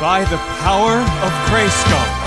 By the power of Grayskull.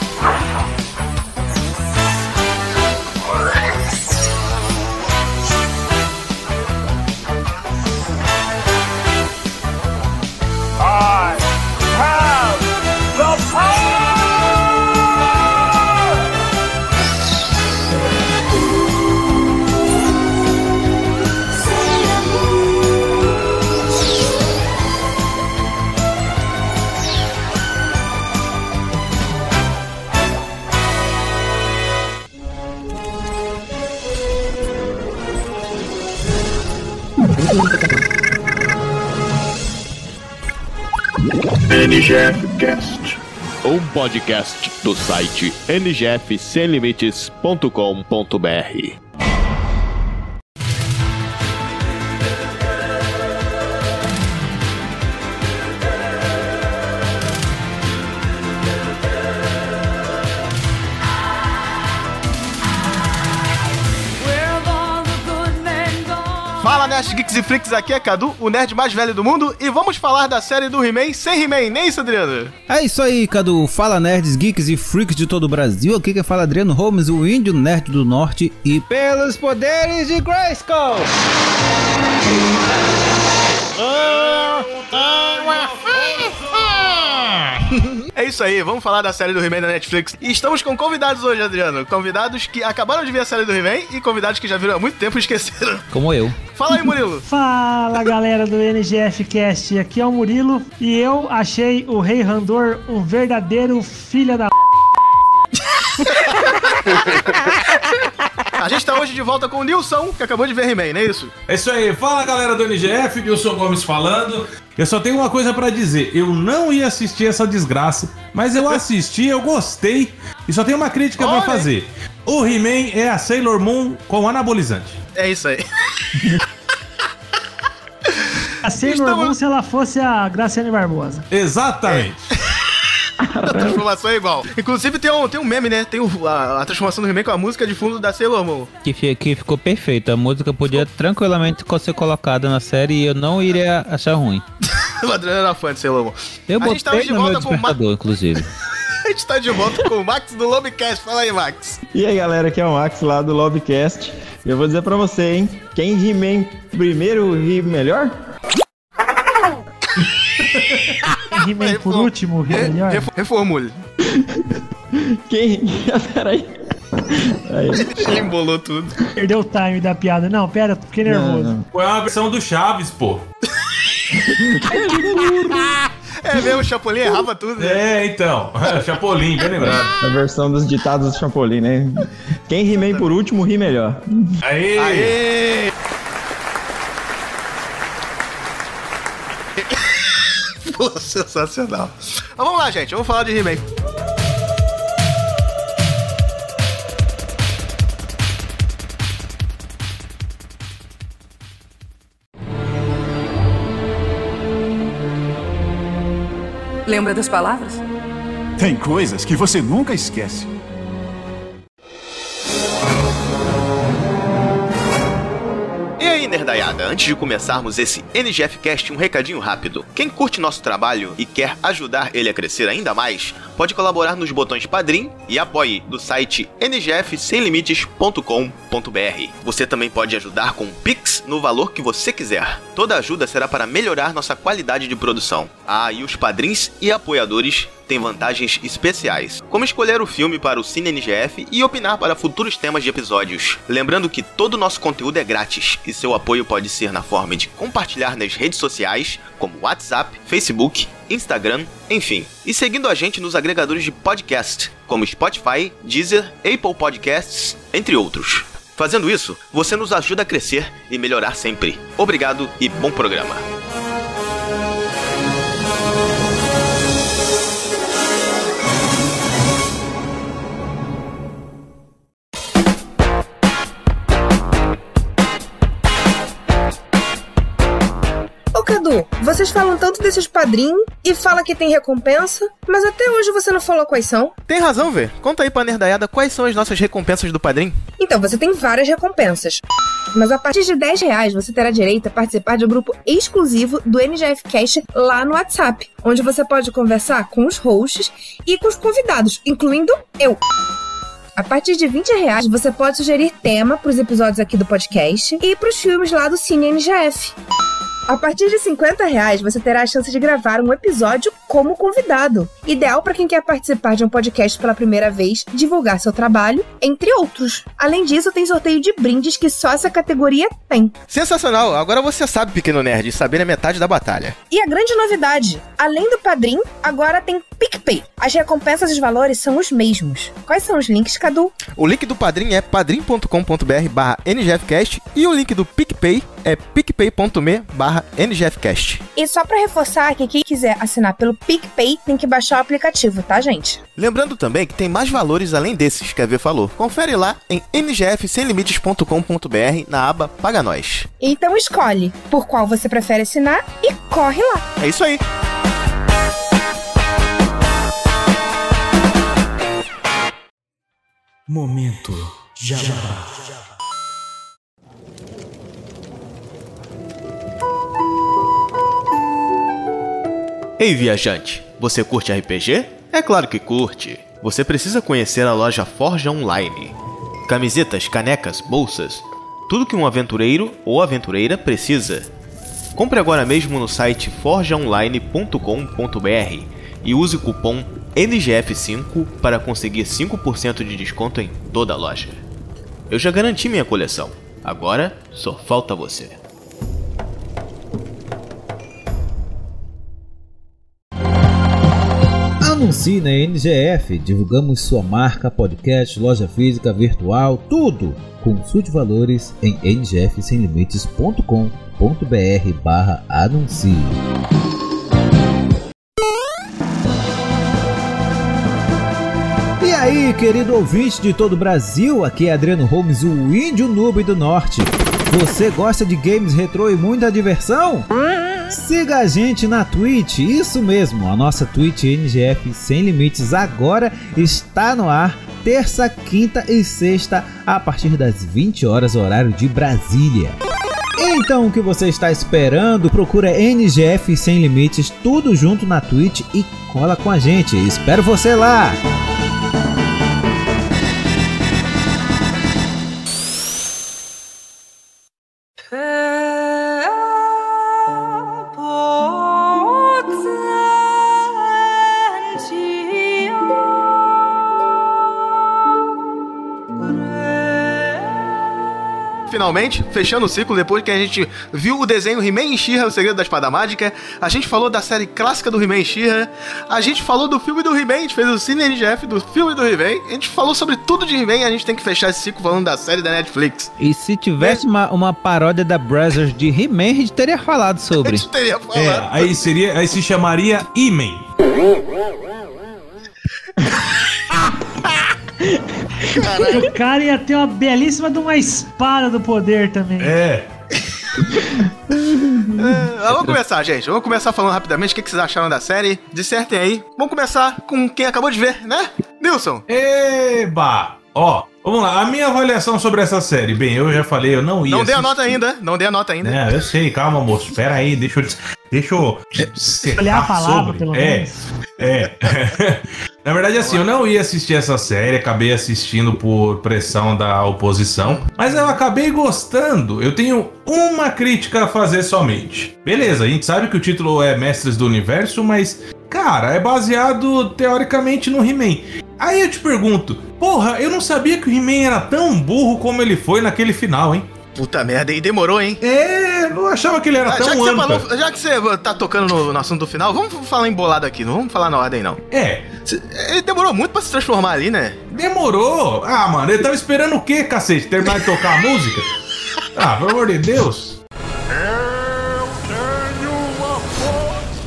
NGFcast, um podcast do site ngfsemlimites.com.br. Fala, Nerds, Geeks e Freaks, aqui é Cadu, o nerd mais velho do mundo, e vamos falar da série do He-Man sem He-Man, nem isso, Adriano? É isso aí, Cadu. Fala, Nerds, Geeks e Freaks de todo o Brasil. Aqui quem fala é Adriano Holmes, o índio nerd do norte, e pelos poderes de Grayskull! É isso aí, vamos falar da série do He-Man da Netflix. E estamos com convidados hoje, Adriano. Convidados que acabaram de ver a série do He-Man e convidados que já viram há muito tempo e esqueceram. Como eu. Fala aí, Murilo. Fala, galera do NGFcast. Aqui é o Murilo e eu achei o Rei Randor um verdadeiro filho da... A gente tá hoje de volta com o Nilson, que acabou de ver He-Man, não é isso? É isso aí, fala galera do NGF, Nilson Gomes falando. Eu só tenho uma coisa pra dizer, eu não ia assistir essa desgraça, mas eu assisti, eu gostei, e só tenho uma crítica pra fazer. O He-Man é a Sailor Moon com anabolizante. É isso aí. A Sailor Moon se ela fosse a Graciane Barbosa. Exatamente. A transformação é igual. Inclusive tem um meme, né? Tem a transformação do He-Man com a música de fundo da Sailor Moon. Que ficou perfeito. A música podia tranquilamente ser colocada na série e eu não iria achar ruim. O Adriano era fã de Sailor Moon. Eu botei no meu despertador, inclusive. A gente tá de volta com o Max do Lobcast. Fala aí, Max. E aí, galera, aqui é o Max lá do Lobcast. E eu vou dizer pra você, hein? Quem He-Man primeiro ri melhor? He-Man por último, ri melhor? Reformule. Quem... Peraí. Ele embolou tudo. Perdeu o time da piada. Não, pera, fiquei nervoso. Não. Foi uma versão do Chaves, pô. É mesmo, o Chapolin errava tudo, né? É, então. Chapolin, bem lembrado. A versão dos ditados do Chapolin, né? Quem He-Man por último ri melhor. Aê! Aê! Pô, sensacional. Mas vamos lá, gente. Vamos falar de He-Man. Lembra das palavras? Tem coisas que você nunca esquece. E aí, nerdaiada, antes de começarmos esse NGFcast, um recadinho rápido. Quem curte nosso trabalho e quer ajudar ele a crescer ainda mais, pode colaborar nos botões Padrim e Apoie do site ngfsemlimites.com.br. Você também pode ajudar com Pix no valor que você quiser. Toda ajuda será para melhorar nossa qualidade de produção. Ah, e os padrinhos e apoiadores têm vantagens especiais, como escolher o filme para o Cine NGF e opinar para futuros temas de episódios. Lembrando que todo o nosso conteúdo é grátis e seu apoio pode ser na forma de compartilhar nas redes sociais, como WhatsApp, Facebook, Instagram, enfim. E seguindo a gente nos agregadores de podcast, como Spotify, Deezer, Apple Podcasts, entre outros. Fazendo isso, você nos ajuda a crescer e melhorar sempre. Obrigado e bom programa. Ô Cadu, vocês falam tanto desses padrinhos e fala que tem recompensa, mas até hoje você não falou quais são. Tem razão, Vê. Conta aí pra nerdaiada quais são as nossas recompensas do padrinho. Então, você tem várias recompensas. Mas a partir de R$10 você terá direito a participar de um grupo exclusivo do NGF Cast lá no WhatsApp, onde você pode conversar com os hosts e com os convidados, incluindo eu. A partir de R$20 você pode sugerir tema para os episódios aqui do podcast e para os filmes lá do Cine NGF. A partir de R$50 você terá a chance de gravar um episódio como convidado. Ideal para quem quer participar de um podcast pela primeira vez, divulgar seu trabalho, entre outros. Além disso, tem sorteio de brindes que só essa categoria tem. Sensacional! Agora você sabe, pequeno nerd, saber é metade da batalha. E a grande novidade, além do Padrim, agora tem PicPay. As recompensas e os valores são os mesmos. Quais são os links, Cadu? O link do Padrim é padrim.com.br/NGFcast e o link do PicPay é picpay.me/NGFcast. E só pra reforçar que quem quiser assinar pelo PicPay tem que baixar o aplicativo, tá, gente? Lembrando também que tem mais valores além desses que a V falou. Confere lá em ngfsemlimites.com.br na aba Paga Nós. Então escolhe por qual você prefere assinar e corre lá. É isso aí. Momento Jabá. Ei, viajante, você curte RPG? É claro que curte. Você precisa conhecer a loja Forja Online. Camisetas, canecas, bolsas, tudo que um aventureiro ou aventureira precisa. Compre agora mesmo no site forjaonline.com.br e use o cupom NGF5 para conseguir 5% de desconto em toda a loja. Eu já garanti minha coleção, agora só falta você. Anuncie na NGF, divulgamos sua marca, podcast, loja física, virtual, tudo. Consulte valores em ngfsemlimites.com.br/anuncie. E aí, querido ouvinte de todo o Brasil, aqui é Adriano Holmes, o Índio Noob do Norte. Você gosta de games retrô e muita diversão? Siga a gente na Twitch, isso mesmo, a nossa Twitch NGF Sem Limites agora está no ar, terça, quinta e sexta, a partir das 20 horas, horário de Brasília. Então o que você está esperando? Procura NGF Sem Limites, tudo junto na Twitch e cola com a gente, espero você lá! Finalmente, fechando o ciclo, depois que a gente viu o desenho He-Man e She-Ra, o Segredo da Espada Mágica, a gente falou da série clássica do He-Man e She-Ra, a gente falou do filme do He-Man, a gente fez o Cine NGF do filme do He-Man, a gente falou sobre tudo de He-Man, a gente tem que fechar esse ciclo falando da série da Netflix. E se tivesse uma paródia da Brothers de He-Man, a gente teria falado sobre. A gente teria falado. Aí se chamaria He-Man. O cara ia ter uma belíssima de uma espada do poder também. Vamos começar, gente. Vamos começar falando rapidamente o que vocês acharam da série. Dissertem aí. Vamos começar com quem acabou de ver, né? Nilson. Eba! Ó, vamos lá. A minha avaliação sobre essa série. Bem, eu já falei, eu não ia Não dei a nota ainda. Não dei a nota ainda. É, eu sei. Calma, moço. Pera aí. Deixa eu olhar a palavra, pelo menos. Na verdade, assim, eu não ia assistir essa série, acabei assistindo por pressão da oposição, mas eu acabei gostando. Eu tenho uma crítica a fazer somente. Beleza, a gente sabe que o título é Mestres do Universo, mas, cara, é baseado teoricamente no He-Man. Aí eu te pergunto, porra, eu não sabia que o He-Man era tão burro como ele foi naquele final, hein? Puta merda, e demorou, hein? Eu achava que ele era tão anta. Já que você tá tocando no assunto do final, vamos falar embolado aqui, não vamos falar na ordem, não. Ele demorou muito pra se transformar ali, né? Demorou? Ah, mano, ele tava esperando o quê, cacete? Terminar de tocar a música? Ah, pelo amor de Deus. Eu tenho uma voz.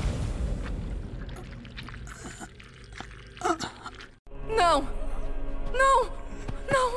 Não! Não! Não!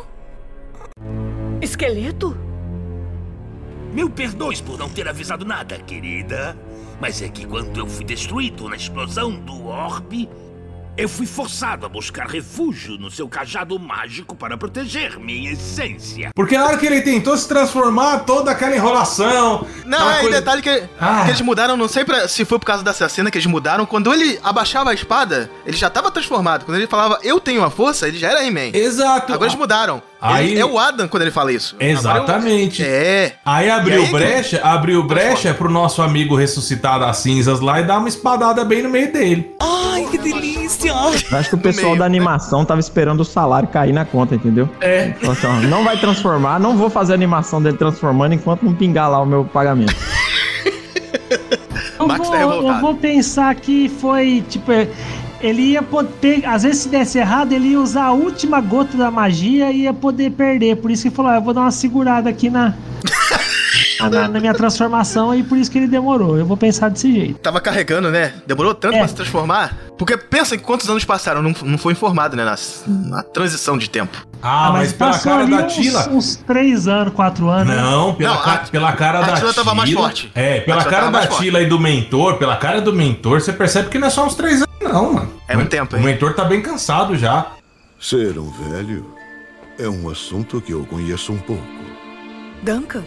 Esqueleto? Mil perdões por não ter avisado nada, querida. Mas é que quando eu fui destruído na explosão do orbe, eu fui forçado a buscar refúgio no seu cajado mágico para proteger minha essência. Porque na hora que ele tentou se transformar, toda aquela enrolação... Não, é coisa... detalhe que eles mudaram, não sei se foi por causa dessa cena que eles mudaram, quando ele abaixava a espada, ele já tava transformado. Quando ele falava, eu tenho a força, ele já era He-Man. Exato. Agora eles mudaram. Aí... é o Adam quando ele fala isso. Exatamente. Aí abriu brecha pro nosso amigo ressuscitar das cinzas lá e dar uma espadada bem no meio dele. Ai, que delícia! Acho que o pessoal da animação tava esperando o salário cair na conta, entendeu? Não vai transformar, não vou fazer a animação dele transformando enquanto não pingar lá o meu pagamento. Eu vou pensar que foi, tipo... Ele ia poder, às vezes se desse errado, ele ia usar a última gota da magia e ia poder perder. Por isso que ele falou, eu vou dar uma segurada aqui na minha transformação, e por isso que ele demorou. Eu vou pensar desse jeito. Tava carregando, né? Demorou tanto pra se transformar. Porque pensa em quantos anos passaram, não foi informado, né? Na transição de tempo. Mas pela cara da Tila... Uns 3 anos, 4 anos. Não, pela cara da Tila... A Tila tava mais forte. Pela cara da Tila e do mentor, pela cara do mentor, você percebe que não é só uns 3 anos, não, mano. É um tempo, hein? O mentor tá bem cansado já. Ser um velho é um assunto que eu conheço um pouco. Duncan?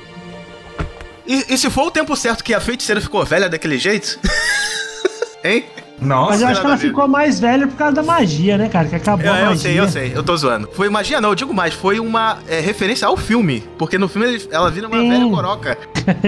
E se for o tempo certo que a feiticeira ficou velha daquele jeito? Hein? Nossa, mas eu acho que ela ficou mais velha por causa da magia, né, cara? Que acabou a magia. Eu sei, eu tô zoando. Foi magia não, eu digo mais, foi uma referência ao filme. Porque no filme ela vira uma velha coroca.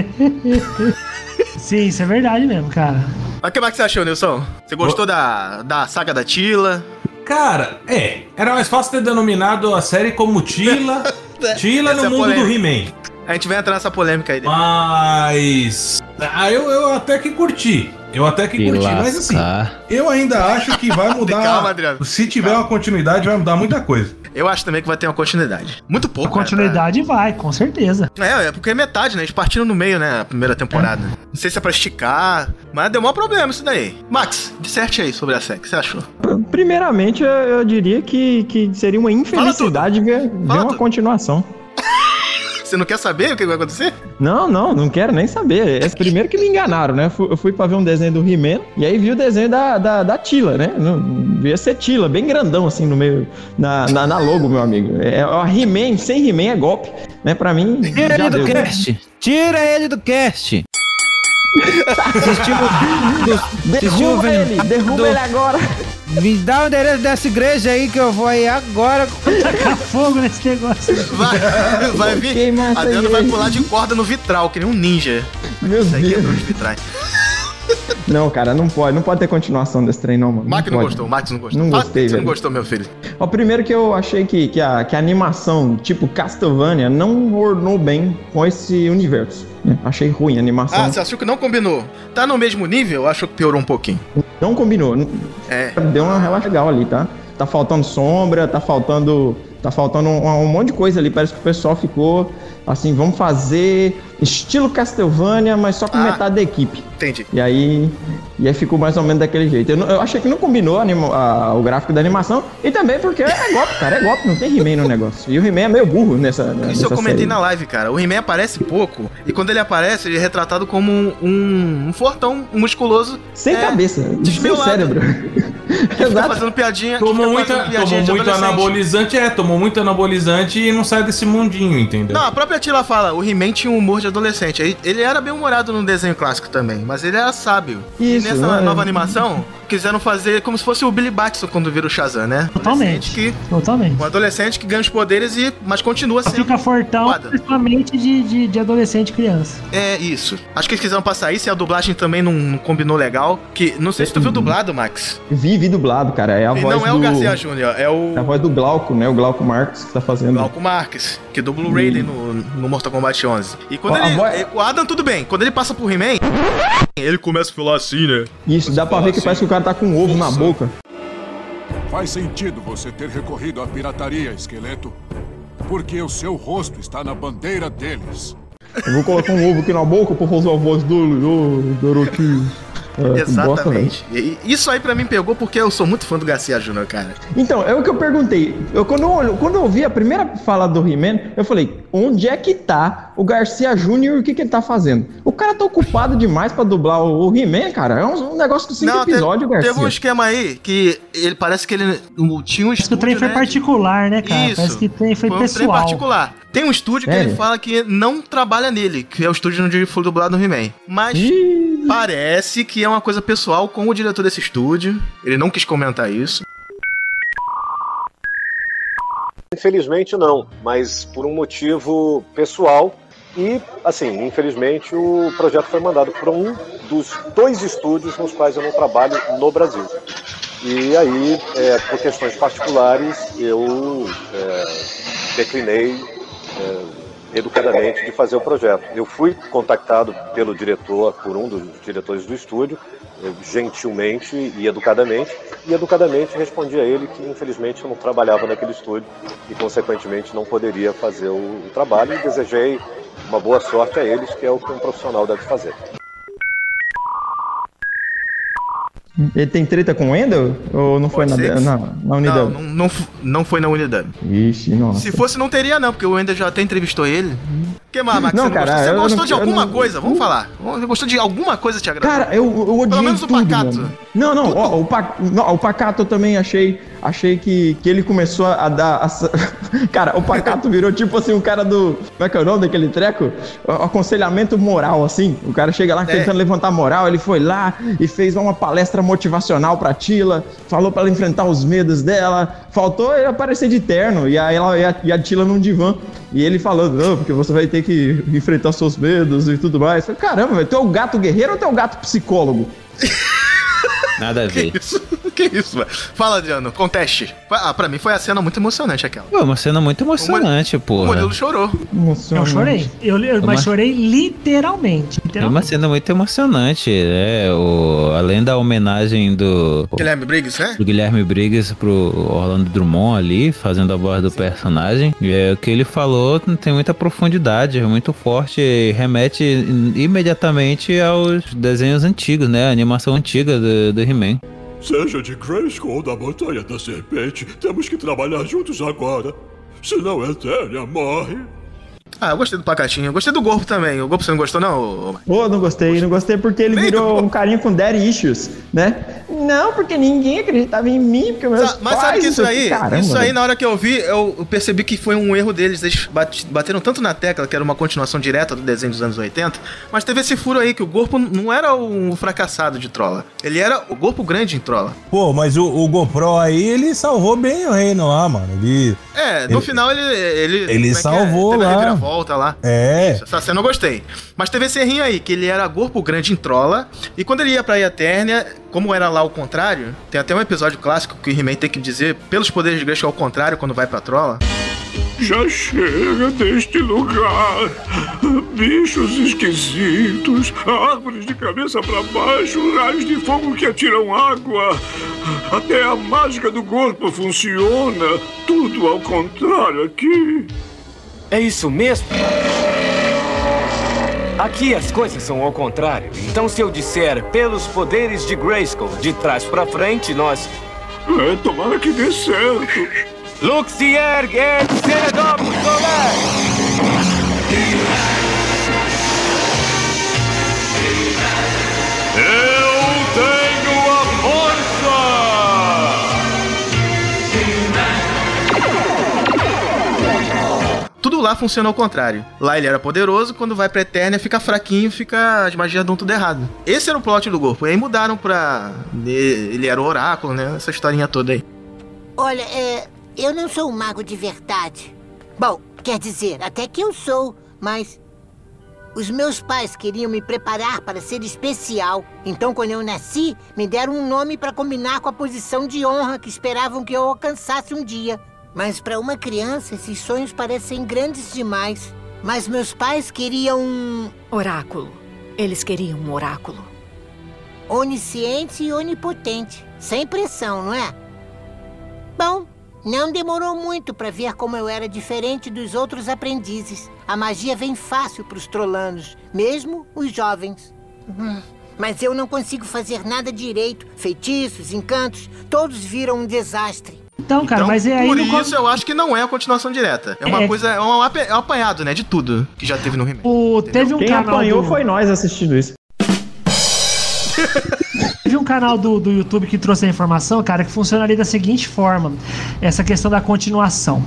Sim, isso é verdade mesmo, cara. Mas o que mais você achou, Nilson? Você gostou da saga da Tila? Cara, era mais fácil ter denominado a série como Tila. Tila no mundo do He-Man. A gente vai entrar nessa polêmica aí. Mas... eu até que curti. Mas assim, eu ainda acho que vai mudar. Calma, Adriano. Se tiver uma continuidade, vai mudar muita coisa. Eu acho também que vai ter uma continuidade. Muito pouco. Continuidade vai, com certeza. Porque é metade, né? Eles partiram no meio, né? A primeira temporada. Não sei se é pra esticar, mas deu maior problema isso daí. Max, disserte aí sobre a série. O que você achou? Primeiramente, eu diria que seria uma infelicidade ver uma continuação. Você não quer saber o que vai acontecer? Não quero nem saber. É primeiro que me enganaram, né? Eu fui pra ver um desenho do He-Man e aí vi o desenho da Tila, né? Ia ser Tila, bem grandão assim no meio, na logo, meu amigo. He-Man, sem He-Man é golpe, né? Pra mim. Tira ele do cast! Tira ele do cast! Derruba ele agora! Me dá o endereço dessa igreja aí que eu vou aí agora. Tacar fogo nesse negócio. Vai vir. Adriano vai pular de corda no vitral, que nem um ninja. Meu Deus. Não, cara, não pode ter continuação desse trem, não, mano. Max não gostou. Não gostei, velho. Você não gostou, meu filho? Primeiro que eu achei que a animação, tipo Castlevania, não ornou bem com esse universo. Achei ruim a animação. Você achou que não combinou? Tá no mesmo nível? Achou que piorou um pouquinho? Não combinou. Deu uma relaxa legal ali, tá? Tá faltando sombra, tá faltando um monte de coisa ali. Parece que o pessoal ficou assim, vamos fazer estilo Castlevania, mas só com metade da equipe. Entendi. E aí ficou mais ou menos daquele jeito. Eu achei que não combinou o gráfico da animação. E também porque é golpe, cara. É golpe, não tem He-Man no negócio. E o He-Man é meio burro nessa Isso eu comentei série. na live, cara. O He-Man aparece pouco. E quando ele aparece, ele é retratado como um fortão musculoso. Sem cabeça, sem cérebro. Tá fazendo piadinha. Tomou muito anabolizante e não sai desse mundinho, entendeu? Não, a própria Tila fala, o He-Man tinha um humor de adolescente. Ele era bem humorado no desenho clássico também, mas ele era sábio. Isso, e nessa nova animação, quiseram fazer como se fosse o Billy Batson quando vira o Shazam, né? Totalmente. Um adolescente que ganha os poderes mas continua sendo... Fica fortão, principalmente de adolescente e criança. É, isso. Acho que eles quiseram passar isso e a dublagem também não combinou legal. Não sei se tu viu dublado, Max. Vi dublado, cara. É a voz não é o Garcia Júnior, é a voz do Glauco, né? O Glauco Marques que tá fazendo. Glauco Marques, que dubla o Raiden no Mortal Kombat 11. E quando o Adam, tudo bem. Quando ele passa pro He-Man, ele começa a falar assim, né? Isso, dá pra ver que parece que o cara tá com um ovo na boca. Faz sentido você ter recorrido à pirataria, esqueleto. Porque o seu rosto está na bandeira deles. Eu vou colocar um ovo aqui na boca pra fazer a voz dele, garotinho. Exatamente. Isso aí pra mim pegou porque eu sou muito fã do Garcia Júnior, cara. Então, é o que eu perguntei. Quando eu ouvi a primeira fala do He-Man, eu falei, onde é que tá o Garcia Júnior e o que ele tá fazendo? O cara tá ocupado demais pra dublar o He-Man, cara. É um negócio com 5 episódios, Garcia. Teve um esquema aí que ele parece que ele tinha um estúdio, o trem foi particular, né, cara? Isso. Parece que o trem foi pessoal. Um trem particular. Tem um estúdio que ele fala que não trabalha nele, que é o estúdio onde ele foi dublado no He-Man. Mas parece que é uma coisa pessoal com o diretor desse estúdio. Ele não quis comentar isso. Infelizmente não, mas por um motivo pessoal. E, assim, infelizmente o projeto foi mandado para um dos 2 estúdios nos quais eu não trabalho no Brasil. E aí, por questões particulares, eu declinei educadamente de fazer o projeto. Eu fui contactado pelo diretor, por um dos diretores do estúdio, gentilmente e educadamente respondi a ele que infelizmente eu não trabalhava naquele estúdio e consequentemente não poderia fazer o trabalho, e desejei uma boa sorte a eles, que é o que um profissional deve fazer. Ele tem treta com o Wendel? Ou não foi na unidade? Não foi na unidade. Ixi, nossa. Se fosse, não teria, não, porque o Wendel já até entrevistou ele. O que mais, Max? Não, você gostou de alguma coisa? Vamos falar. Você gostou de alguma coisa que te agradou? Cara, eu odiei pelo menos tudo, o Pacato. Mano. Não, ó, o Pacato eu também achei que ele começou a dar... Cara, o Pacato virou tipo assim, um cara do... Como é que é o nome daquele treco? Aconselhamento moral, assim. O cara chega lá tentando levantar moral, ele foi lá e fez uma palestra motivacional pra Tila, falou pra ela enfrentar os medos dela, faltou ele aparecer de terno, e aí e a Tila num divã, e ele falando, não, porque você vai ter que enfrentar seus medos e tudo mais. Caramba, velho, tu é o gato guerreiro ou tu é o gato psicólogo? Nada a ver. Que isso, velho? Fala, Adriano, conteste. Pra mim foi a cena muito emocionante aquela. Pô, uma cena muito emocionante, porra. O Murilo chorou. Eu chorei. Mas chorei literalmente. É uma cena muito emocionante. Além da homenagem do Guilherme Briggs, né? Do Guilherme Briggs pro Orlando Drummond ali, fazendo a voz do personagem. O que ele falou tem muita profundidade, é muito forte e remete imediatamente aos desenhos antigos, né? A animação antiga do He-Man. Seja de Grayskull ou da Montanha da Serpente, temos que trabalhar juntos agora. Senão a Eternia morre. Eu gostei do Pacatinho. Eu gostei do Gorpo também. O Gorpo você não gostou, não? Não gostei porque ele virou um carinha com daddy issues, né? Não, porque ninguém acreditava em mim, porque meus pais... Mas sabe que isso aí, caramba, na hora que eu vi, eu percebi que foi um erro deles. Eles bateram tanto na tecla que era uma continuação direta do desenho dos anos 80, mas teve esse furo aí, que o Gorpo não era um fracassado de Trolla. Ele era o Gorpo grande em Trolla. Pô, mas o GoPro aí, ele salvou bem o reino lá, mano. No final ele salvou teve lá. A reviravolta lá. Essa cena eu gostei. Mas teve esse errinho aí, que ele era Gorpo grande em Trolla, e quando ele ia pra Eternia, como era lá o contrário, tem até um episódio clássico que o He-Man tem que dizer, pelos poderes de Grayskull, ao contrário, quando vai pra Trolla. Já chega deste lugar. Bichos esquisitos, árvores de cabeça pra baixo, raios de fogo que atiram água. Até a mágica do corpo funciona. Tudo ao contrário aqui. É isso mesmo? Aqui as coisas são ao contrário. Então se eu disser pelos poderes de Grayskull, de trás pra frente, nós... tomara que dê certo. Luxier et Ceredom Solar! Eu tenho a força! Tudo lá funciona ao contrário. Lá ele era poderoso, quando vai pra Eternia fica fraquinho, as magias dão tudo errado. Esse era o plot do Gorpo. E aí mudaram pra... Ele era o oráculo, né? Essa historinha toda aí. Olha, eu não sou um mago de verdade. Bom, quer dizer, até que eu sou, mas... Os meus pais queriam me preparar para ser especial. Então, quando eu nasci, me deram um nome para combinar com a posição de honra que esperavam que eu alcançasse um dia. Mas para uma criança, esses sonhos parecem grandes demais. Mas meus pais queriam um... Oráculo. Eles queriam um oráculo. Onisciente e onipotente. Sem pressão, não é? Bom, não demorou muito para ver como eu era diferente dos outros aprendizes. A magia vem fácil para os trollanos, mesmo os jovens. Mas eu não consigo fazer nada direito. Feitiços, encantos, todos viram um desastre. Então, cara, mas é aí... Por isso eu acho que não é a continuação direta. É uma coisa, é um apanhado, né, de tudo que já teve no He-Man. Teve um Quem canal apanhou foi nós assistindo isso. Teve um canal do YouTube que trouxe a informação, cara, que funcionaria da seguinte forma. Essa questão da continuação.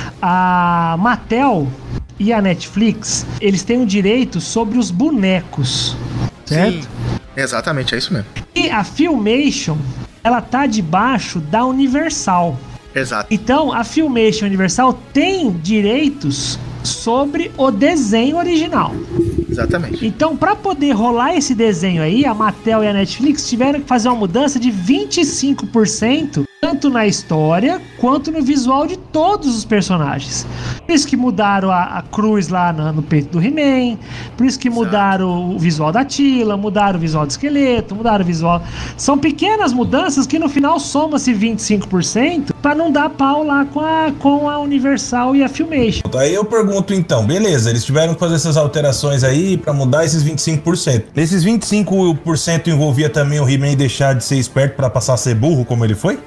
A Mattel e a Netflix, eles têm um direito sobre os bonecos, certo? Sim, exatamente, é isso mesmo. E a Filmation, ela tá debaixo da Universal. Exato. Então, a Filmation Universal tem direitos sobre o desenho original. Exatamente. Então, para poder rolar esse desenho aí, a Mattel e a Netflix tiveram que fazer uma mudança de 25%, tanto na história quanto no visual de todos os personagens. Por isso que mudaram a cruz lá no peito do He-Man, por isso que mudaram o visual da Teela, mudaram o visual do esqueleto, mudaram o visual... São pequenas mudanças que no final soma-se 25% para não dar pau lá com a Universal e a Filmation. Aí eu pergunto então, beleza, eles tiveram que fazer essas alterações aí pra mudar esses 25%. Esses 25% envolvia também o He-Man deixar de ser esperto pra passar a ser burro, como ele foi?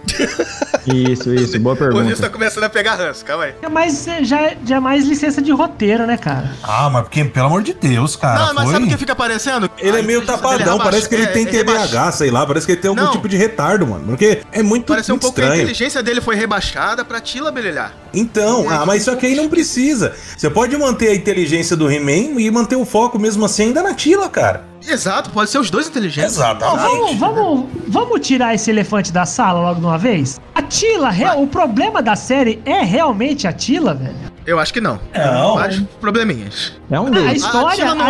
Isso, boa pergunta. O Nilson tá começando a pegar ranço, calma aí. Mas já é mais licença de roteiro, né, cara? Ah, mas porque, pelo amor de Deus, cara. Não, mas sabe o que fica parecendo? Ele é meio tapadão, parece que ele tem TDAH, sei lá, parece que ele tem algum tipo de retardo, mano. Porque é muito Parece um pouco estranho. que a inteligência dele foi rebaixada pra Teela brilhar. Então, mas só que aí não precisa. Você pode manter a inteligência do He-Man e manter o foco mesmo assim ainda na Teela, cara. Exato, pode ser os dois inteligentes. Exatamente. Vamos tirar esse elefante da sala logo de uma vez? A Teela, o problema da série é realmente a Teela, velho? Eu acho que não. Não. Vários probleminhas. É um deles. A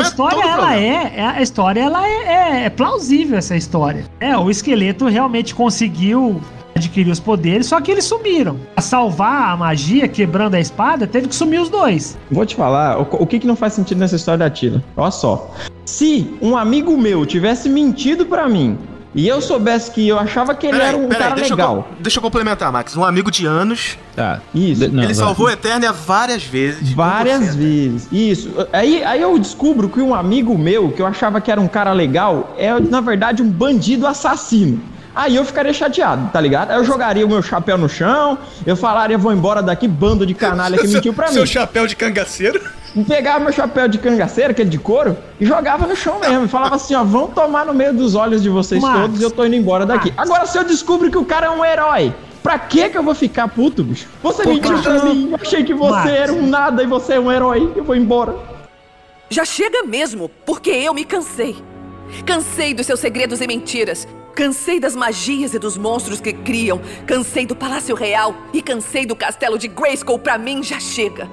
história ela é plausível, essa história. O esqueleto realmente conseguiu adquirir os poderes, só que eles sumiram. Pra salvar a magia, quebrando a espada, teve que sumir os dois. Vou te falar, o que não faz sentido nessa história da Teela? Olha só. Se um amigo meu tivesse mentido pra mim e eu soubesse que eu achava que ele era um cara legal... Deixa eu complementar, Max. Um amigo de anos... Isso. Ele salvou a Eternia várias vezes. Várias vezes. Isso. Aí eu descubro que um amigo meu, que eu achava que era um cara legal, é, na verdade, um bandido assassino. Aí eu ficaria chateado, tá ligado? Aí eu jogaria o meu chapéu no chão, eu falaria, vou embora daqui, bando de canalha que mentiu pra mim. Seu chapéu de cangaceiro? Pegava meu chapéu de cangaceiro, aquele de couro, e jogava no chão mesmo. E falava assim, ó, vão tomar no meio dos olhos de vocês todos e eu tô indo embora daqui. Agora, se eu descubro que o cara é um herói, pra que eu vou ficar puto, bicho? Você mentiu pra mim, eu achei que você era um nada e você é um herói, eu vou embora. Já chega mesmo, porque eu me cansei. Cansei dos seus segredos e mentiras. Cansei das magias e dos monstros que criam. Cansei do Palácio Real e cansei do castelo de Grayskull. Pra mim, já chega.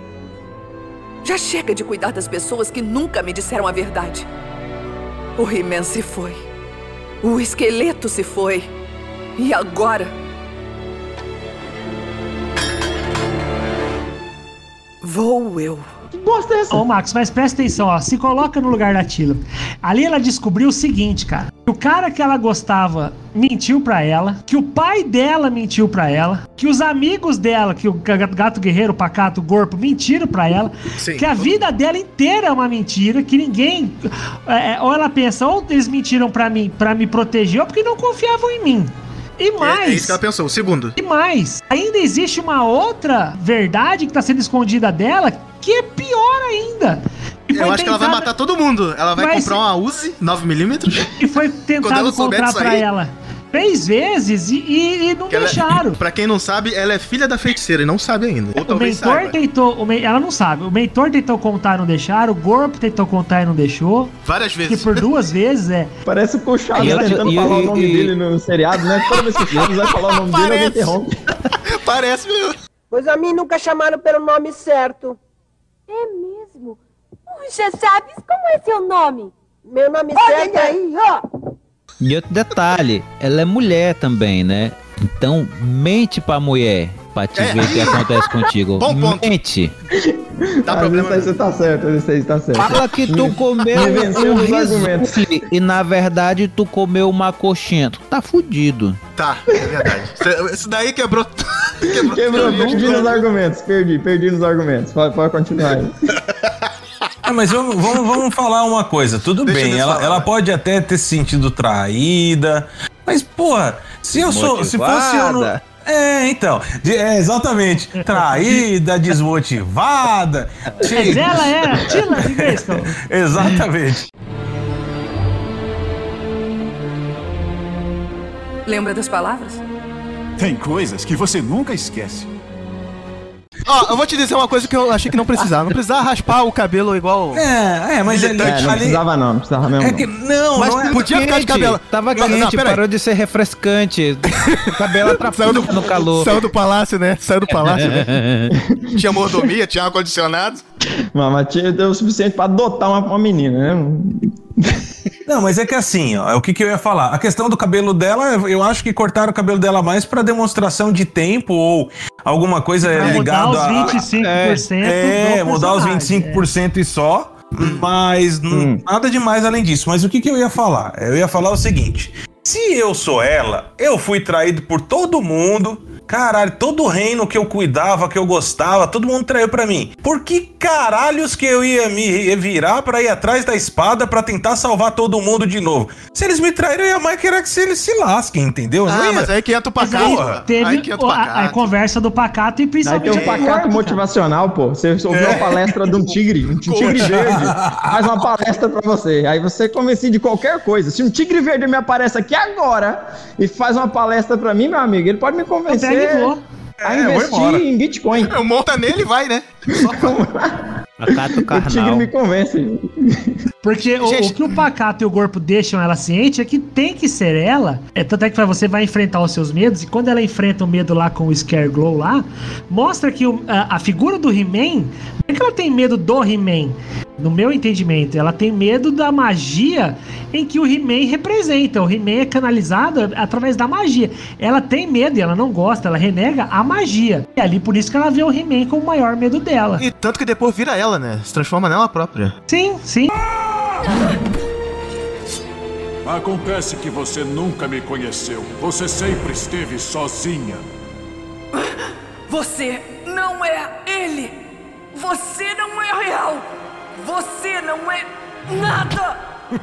Já chega de cuidar das pessoas que nunca me disseram a verdade. O He-Man se foi. O esqueleto se foi. E agora... vou eu. Que bosta é essa? Ô, Max, mas presta atenção, ó. Se coloca no lugar da Teela. Ali ela descobriu o seguinte, cara. Que o cara que ela gostava mentiu pra ela. Que o pai dela mentiu pra ela. Que os amigos dela, que o Gato Guerreiro, o Pacato, o Gorpo, mentiram pra ela. Sim. Que a vida dela inteira é uma mentira. Que ninguém... ou ela pensa, ou eles mentiram pra mim, pra me proteger, ou porque não confiavam em mim. E mais... É isso que ela pensou, o segundo. E mais, ainda existe uma outra verdade que tá sendo escondida dela, que é pior ainda. Eu acho que ela vai matar todo mundo. Ela vai comprar uma Uzi 9mm. E foi tentado comprar pra ela 3 vezes e não deixaram. Pra quem não sabe, ela é filha da feiticeira e não sabe ainda. Ou talvez saiba. Ela não sabe. O Mentor tentou contar e não deixaram. O Gorpo tentou contar e não deixou. Várias vezes. Que por 2 vezes Parece o Puxado tentando falar o nome dele no seriado, né? Toda vez que o vai falar o nome dele, alguém interrompe. Parece mesmo. Pois a mim nunca chamaram pelo nome certo. É mesmo? Puxa, sabes como é seu nome? Meu nome certo é... aí, ó. E outro detalhe, ela é mulher também, né? Então, mente pra mulher, pra te ver o que acontece contigo. Bom ponto. Mente. Dá problema. Isso aí você tá certo, isso aí tá certo. Fala que tu comeu um risole e na verdade tu comeu uma coxinha. Tu tá fudido. Tá, é verdade. Isso daí quebrou perdi nos argumentos, perdi nos argumentos. Pode continuar aí. Mas vamos falar uma coisa. Tudo bem, ela pode até ter se sentido traída, mas, porra, se fosse eu não... então. Exatamente. Traída, desmotivada. Mas ela era a Tila de Grayskull. Exatamente. Lembra das palavras? Tem coisas que você nunca esquece. Eu vou te dizer uma coisa que eu achei que não precisava. Não precisava raspar o cabelo igual... mas não precisava não precisava mesmo. Não podia ficar de cabelo. Tava quente, parou de ser refrescante. O cabelo atrapalhou no calor. Saiu do palácio, né? Tinha mordomia, tinha ar-condicionado. Mas deu o suficiente pra adotar uma menina, né? Não, mas é que assim, ó, o que eu ia falar? A questão do cabelo dela, eu acho que cortaram o cabelo dela mais pra demonstração de tempo ou alguma coisa ligada a... Mudar os 25%. Mudar os 25% e só, mas nada demais além disso. Mas o que eu ia falar? Eu ia falar o seguinte, se eu sou ela, eu fui traído por todo mundo... Caralho, todo o reino que eu cuidava, que eu gostava, todo mundo traiu pra mim. Por que caralhos que eu ia me virar pra ir atrás da espada pra tentar salvar todo mundo de novo? Se eles me traíram, eu ia mais querer que eles se lasquem, entendeu? Mas aí que entra o pacato. Teve a conversa do pacato e principalmente... Aí tem um pacato motivacional, pô. Você ouviu uma palestra de um tigre verde, faz uma palestra pra você. Aí você é convencido de qualquer coisa. Se um tigre verde me aparece aqui agora e faz uma palestra pra mim, meu amigo, ele pode me convencer a investir em Bitcoin. Monta nele e vai, né? O tigre me convence. Porque o que o pacato e o corpo deixam ela ciente é que tem que ser ela. Tanto é que você vai enfrentar os seus medos. E quando ela enfrenta o medo lá com o Scareglow lá, mostra que a figura do He-Man, não é que ela tem medo do He-Man. No meu entendimento, ela tem medo da magia em que o He-Man representa. O He-Man é canalizado através da magia. Ela tem medo e ela não gosta, ela renega a magia. E ali por isso que ela vê o He-Man como o maior medo dela. E tanto que depois vira ela, né? Se transforma nela própria. Sim. Acontece que você nunca me conheceu. Você sempre esteve sozinha. Você não é ele! Você não é real! Você não é nada!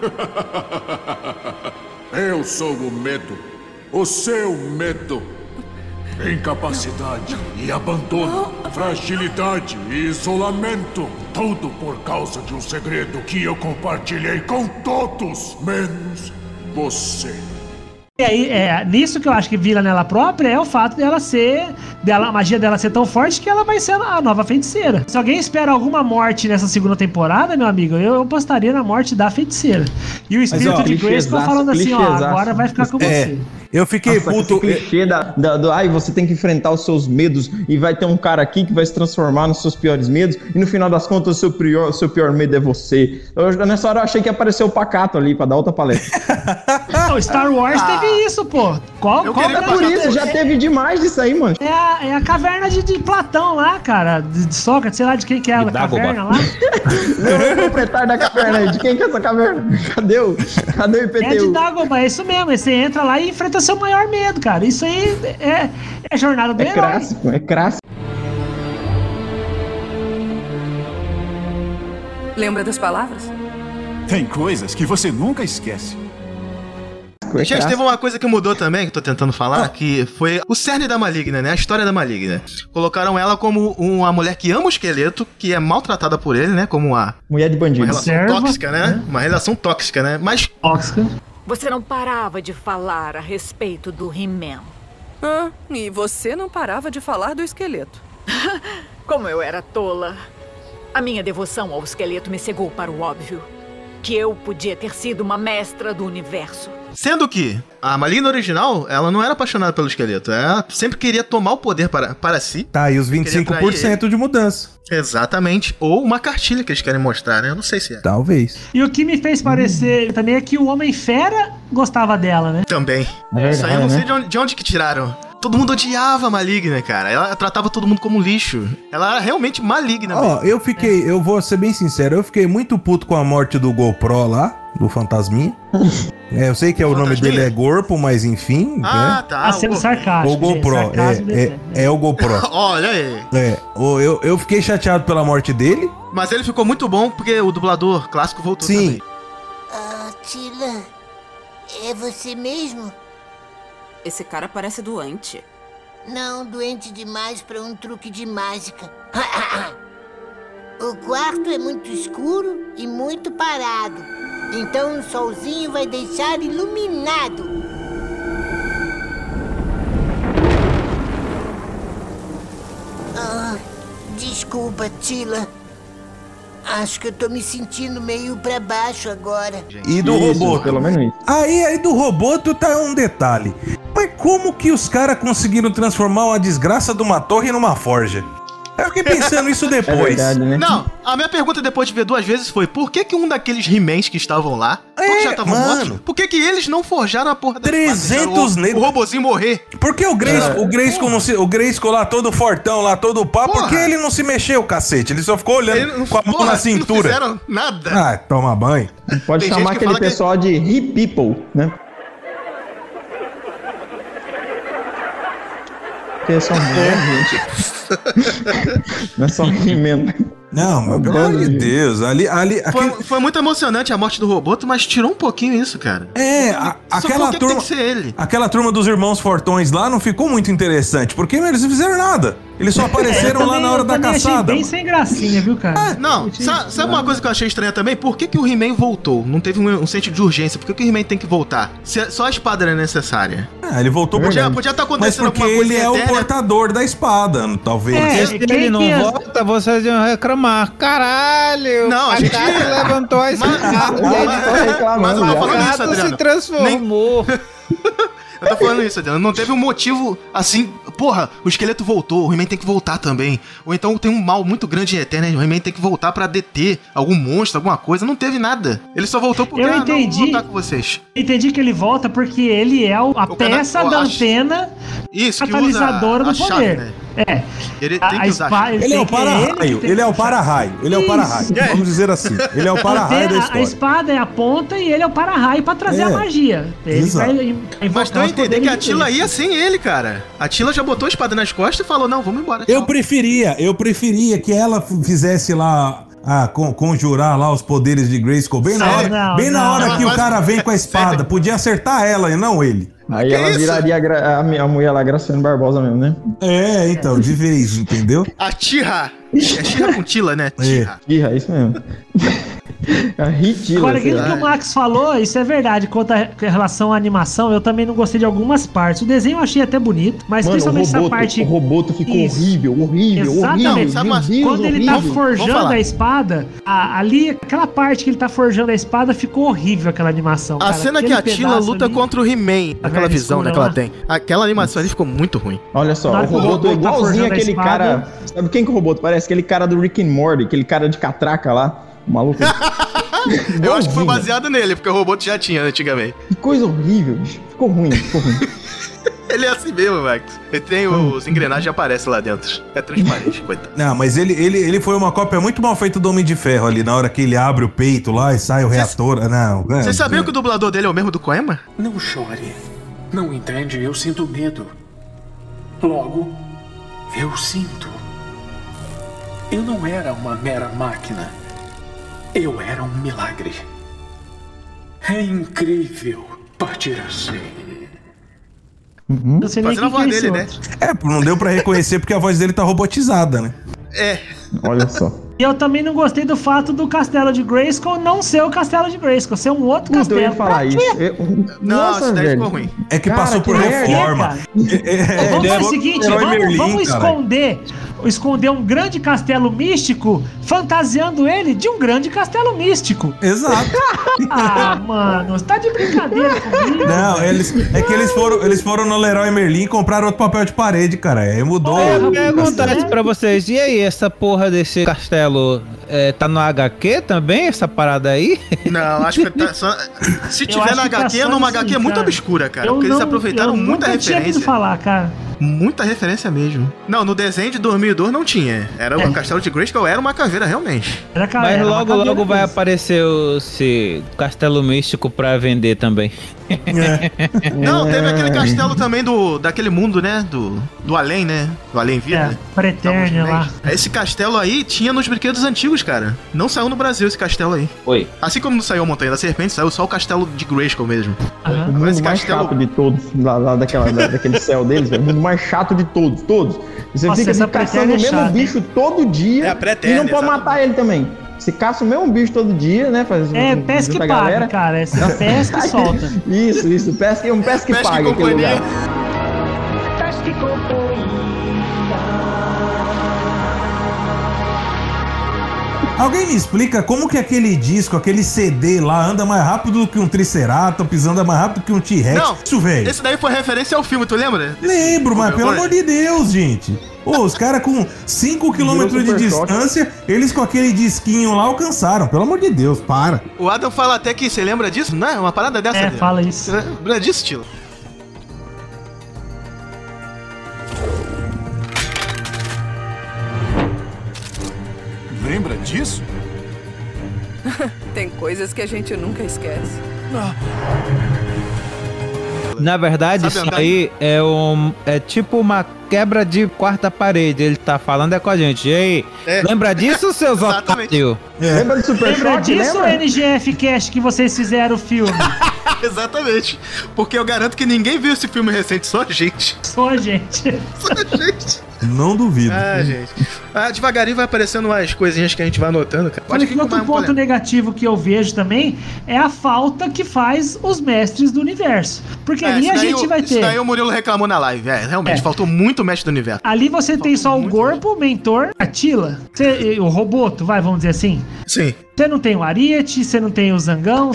Eu sou o medo. O seu medo. Incapacidade e abandono. Fragilidade e isolamento. Tudo por causa de um segredo que eu compartilhei com todos, menos você. E aí, nisso que eu acho que vira nela própria é o fato dela a magia dela ser tão forte que ela vai ser a nova feiticeira. Se alguém espera alguma morte nessa segunda temporada, meu amigo, eu apostaria na morte da feiticeira. E o espírito de Grayskull falando assim, agora vai ficar com você. Eu fiquei puto. Esse clichê você tem que enfrentar os seus medos e vai ter um cara aqui que vai se transformar nos seus piores medos e no final das contas o seu pior medo é você. Nessa hora eu achei que apareceu o pacato ali pra dar outra palestra. O Star Wars teve isso, pô. Qual por isso, já teve demais disso aí, mano. É a caverna de Platão lá, cara. De Sócrates, sei lá de quem que é a caverna lá. Não, o proprietário da caverna aí. De quem que é essa caverna? Cadê o IPTU? É de Dagobah, é isso mesmo. Você entra lá e enfrenta seu maior medo, cara. Isso aí é a jornada do herói. É clássico. Lembra das palavras? Tem coisas que você nunca esquece. Gente, teve uma coisa que mudou também, que eu tô tentando falar, que foi o cerne da Maligna, né? A história da Maligna. Colocaram ela como uma mulher que ama o esqueleto, que é maltratada por ele, né? Como uma... mulher de bandido. Uma relação tóxica, né? Uma relação tóxica, né? Mas... Tóxica. Você não parava de falar a respeito do He-Man. E você não parava de falar do esqueleto. Como eu era tola. A minha devoção ao esqueleto me cegou para o óbvio. Que eu podia ter sido uma mestra do universo. Sendo que a Maligna original, ela não era apaixonada pelo esqueleto. Ela sempre queria tomar o poder para si. Tá, e os 25% de mudança. Exatamente. Ou uma cartilha que eles querem mostrar, né? Eu não sei se é. Talvez. E o que me fez parecer também é que o Homem-Fera gostava dela, né? Também. Isso aí eu não sei de onde que tiraram. Todo mundo odiava a Maligna, cara. Ela tratava todo mundo como lixo. Ela era realmente maligna. Eu vou ser bem sincero, eu fiquei muito puto com a morte do GoPro lá, do Fantasminha. Eu sei que o nome dele é Gorpo, mas enfim. Ah, né? tá. Sendo sarcástico. O GoPro, é o GoPro. Olha aí. Eu fiquei chateado pela morte dele. Mas ele ficou muito bom porque o dublador clássico voltou também. Tila, é você mesmo? Esse cara parece doente. Não, doente demais para um truque de mágica. O quarto é muito escuro e muito parado. Então um solzinho vai deixar iluminado. Desculpa, Tila. Acho que eu tô me sentindo meio pra baixo agora. E do robô? Pelo menos isso. Aí do robô tá um detalhe. Mas como que os caras conseguiram transformar uma desgraça de uma torre numa forja? Eu fiquei pensando isso depois. É verdade, né? Não, a minha pergunta depois de ver 2 vezes foi: por que um daqueles He-Mans que estavam lá, todos já estavam mortos, por que eles não forjaram a porra da 300 o robozinho morrer? Por que o Grayskull lá todo fortão, lá todo pá, por que ele não se mexeu, cacete? Ele só ficou olhando com a mão na cintura. Não fizeram nada. Ah, toma banho. Pode chamar aquele pessoal de He People, né? Porque é só mulher, gente. Não é só He-Man. Não, mas pelo amor de Deus. Foi muito emocionante a morte do Roboto, mas tirou um pouquinho isso, cara. Aquela turma. Tem que ser ele. Aquela turma dos irmãos Fortões lá não ficou muito interessante, porque eles não fizeram nada. Eles só apareceram lá na hora da caçada. Achei bem sem gracinha, viu, cara? Não, sabe uma coisa que eu achei estranha também? Por que o He-Man voltou? Não teve um sentido de urgência. Por que o He-Man tem que voltar? Se só a espada era necessária. Ele voltou podia estar acontecendo alguma coisa. Mas porque ele é o portador da espada, talvez. Se ele não volta, vocês iam reclamar. Caralho! Não, a gente levantou a espada. Mas eu tô falando isso, Adriano. Se transformou. Eu tô falando isso, Adriano. Não teve um motivo assim. Porra, o esqueleto voltou, o He-Man tem que voltar também. Ou então tem um mal muito grande em Eterna, o He-Man tem que voltar pra deter algum monstro, alguma coisa. Não teve nada. Ele só voltou porque eu entendi, não vou voltar com vocês. Eu entendi que ele volta porque ele é a peça da antena catalisadora do poder. Chave, né? Ele tem que usar. Ele é o para-raio. Ele é o para-raio. Ele é o para-raio. Vamos dizer assim. Ele é o para-raio da história. A espada é a ponta e ele é o para-raio pra trazer a magia. Ele mas tu entender que a Tila ia sem ele, cara. A Tila já botou a espada nas costas e falou: não, vamos embora. Eu preferia que ela fizesse lá. Conjurar lá os poderes de Grayskull bem na hora que o cara vem com a espada. Podia acertar ela e não ele. Aí ela viraria a mulher lá, Graciane Barbosa mesmo, né? Então, de vez, entendeu? A Tira. É Tira com Tila, né? Tira, isso mesmo. Agora, aquilo que o Max falou, isso é verdade. Quanto a relação à animação, eu também não gostei de algumas partes. O desenho eu achei até bonito, mas principalmente essa parte. O Roboto ficou horrível. Exatamente. Quando ele tá horrível. forjando a espada, ali, aquela parte que ele tá forjando a espada, ficou horrível aquela animação. A cena que a Tila luta contra o He-Man, aquela visão que ela tem. Aquela animação ali ficou muito ruim. Olha só, o Roboto é igualzinho aquele cara. Sabe quem que o Roboto parece? Aquele cara do Rick and Morty, aquele cara de catraca lá. Maluco. Eu acho que foi baseado nele, porque o Roboto já tinha antigamente. Que coisa horrível, bicho. Ficou ruim. Ele é assim mesmo, Max. Ele tem os engrenagens e aparece lá dentro. É transparente, coitado. Não, mas ele foi uma cópia muito mal feita do Homem de Ferro ali, na hora que ele abre o peito lá e sai o reator. Você sabia que o dublador dele é o mesmo do Koema? Não chore. Não entende? Eu sinto medo. Logo, eu sinto. Eu não era uma mera máquina. Eu era um milagre. É incrível partir assim. Não sei nem fazendo a voz dele, né? Não deu pra reconhecer porque a voz dele tá robotizada, né? Olha só. E eu também não gostei do fato do castelo de Grayskull não ser o castelo de Grayskull, ser um outro castelo. Eu ia falar isso. Nossa, isso daí ficou ruim. É que passou por reforma. Vamos fazer o seguinte, vamos esconder um grande castelo místico, fantasiando ele de um grande castelo místico. Exato. Mano, você tá de brincadeira comigo? Não, eles foram no Leroy Merlin e compraram outro papel de parede, cara. Aí mudou. Eu perguntar isso pra vocês. E aí, essa porra desse castelo tá no HQ também, essa parada aí? Não, acho que tá só... Se tiver na HQ, é numa HQ muito obscura, cara. Porque eles aproveitaram muita referência. Falar, cara. Muita referência mesmo. Não, no desenho de 2002 não tinha. Era o Castelo de Grayskull, era uma caveira, realmente. Mas logo vai aparecer esse castelo místico pra vender também. Não, teve aquele castelo também daquele mundo, né? Do além, né? Do além vida. Pretérnia lá. Esse castelo aí tinha nos brinquedos antigos, cara. Não saiu no Brasil esse castelo aí. Oi. Assim como não saiu a Montanha da Serpente, saiu só o castelo de Grayskull mesmo. O mundo mais chato de todos, lá daquele céu deles, velho. O mundo mais chato de todos. Você fica caçando o mesmo bicho todo dia e não pode matar ele também. Você caça o mesmo bicho todo dia, né? Pesca e paga, cara. Pesca e solta. Isso. Pesca e paga aquele lugar. Pesca e companhia. Alguém me explica como que aquele disco, aquele CD lá anda mais rápido do que um Triceratops, anda mais rápido que um T-Rex? Não, isso, velho. Esse daí foi referência ao filme, tu lembra? Lembro, mas pelo amor de Deus, gente. Pô, os caras com 5 km de distância, eles com aquele disquinho lá alcançaram. Pelo amor de Deus, para. O Adam fala até que, você lembra disso? Não é uma parada dessa? Fala isso. Você lembra disso, Tilo? Lembra disso? Tem coisas que a gente nunca esquece. Na verdade, isso aí é tipo uma quebra de quarta parede. Ele tá falando com a gente. E aí, lembra disso, seus otários? Lembra do Super Lembra Shot, disso, NGF Cast, que vocês fizeram o filme? Exatamente. Porque eu garanto que ninguém viu esse filme recente, só a gente. Só a gente. Só a gente. Não duvido. Gente. Devagarinho vai aparecendo umas coisinhas que a gente vai anotando, cara. Olha que outro ponto negativo que eu vejo também é a falta que faz os mestres do universo. Porque ali a gente vai ter... Isso daí o Murilo reclamou na live. Realmente, faltou muito mestre do universo. Ali você tem só o Gorpo, o Mentor, a Tila, o Roboto, vamos dizer assim. Sim. Você não tem o Ariete, você não tem o Zangão.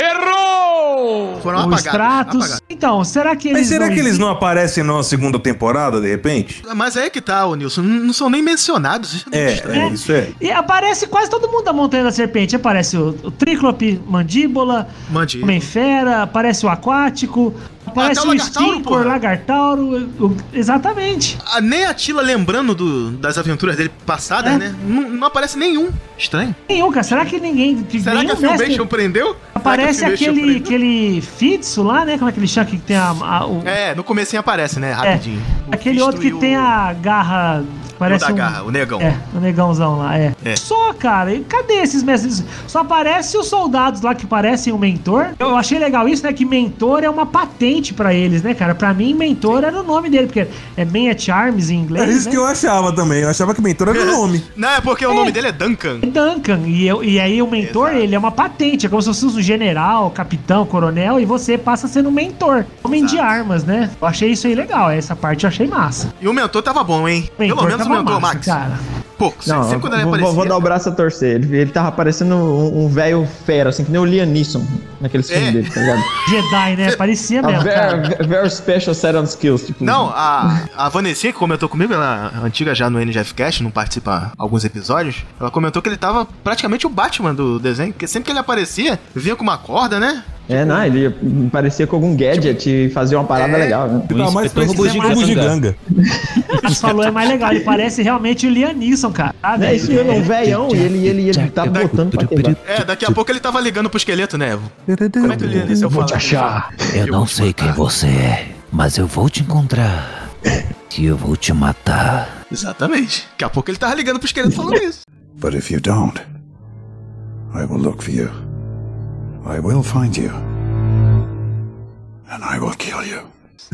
Errou! Foram o Stratos. Então, será que eles Mas será que eles não aparecem na segunda temporada, de repente? Mas aí que tá, ô Nilson. Não são nem mencionados. Isso é. E aparece quase todo mundo da Montanha da Serpente. Aparece o Tríclope, Mandíbula, Homem-Fera, aparece o Aquático, aparece o Stinkor, Lagartauro. Exatamente. Nem a Tila lembrando das aventuras dele passadas, né? Não aparece nenhum. Estranho. Nenhum, cara. Será que ninguém... Será que a Filmation prendeu? Aparece aquele Fitsu lá, né? Como é que ele chama? Que tem no comecinho aparece, né? Rapidinho. Aquele outro que tem a garra... Parece garra, o negão. O negãozão lá, Só, cara. E cadê esses mestres? Só aparece os soldados lá que parecem um mentor. Eu achei legal isso, né? Que mentor é uma patente pra eles, né, cara? Pra mim, mentor era o nome dele, porque é Man at Arms em inglês, É isso, né? Que eu achava também. Eu achava que mentor era o nome. Não, é porque o nome dele é Duncan. É Duncan. E aí o mentor, ele é uma patente. É como se fosse um general, capitão, coronel, e você passa sendo um mentor. Homem de armas, né? Eu achei isso aí legal. Essa parte eu achei massa. E o mentor tava bom, hein? Pelo menos o mentor, Max. Cara. Pô, sempre quando ele aparecia... Vou dar o braço a torcer. Ele tava parecendo um velho fera, assim, que nem o Liam Neeson naquele filme dele, tá ligado? Jedi, né? Parecia mesmo. Very special set on skills. Tipo... Não, a Vanessinha, que comentou comigo, ela é antiga já no NGF Cast, não participa alguns episódios, ela comentou que ele tava praticamente o Batman do desenho, porque sempre que ele aparecia, vinha com uma corda, né? Ele parecia com algum gadget e fazia uma parada legal, né? Não, mas de ganga. Você falou, é mais legal. Ele parece realmente o Liam Neeson, cara. Isso mesmo, um velhão e ele tá botando pra quebrar. Daqui a pouco ele tava ligando pro esqueleto, né? Como é que o Liam Neeson fala? Vou te achar. Eu não sei quem você é, mas eu vou te encontrar. E eu vou te matar. Exatamente. Daqui a pouco ele tava ligando pro esqueleto falando isso. But if you don't, I will look for you. I will find you. And I will kill you.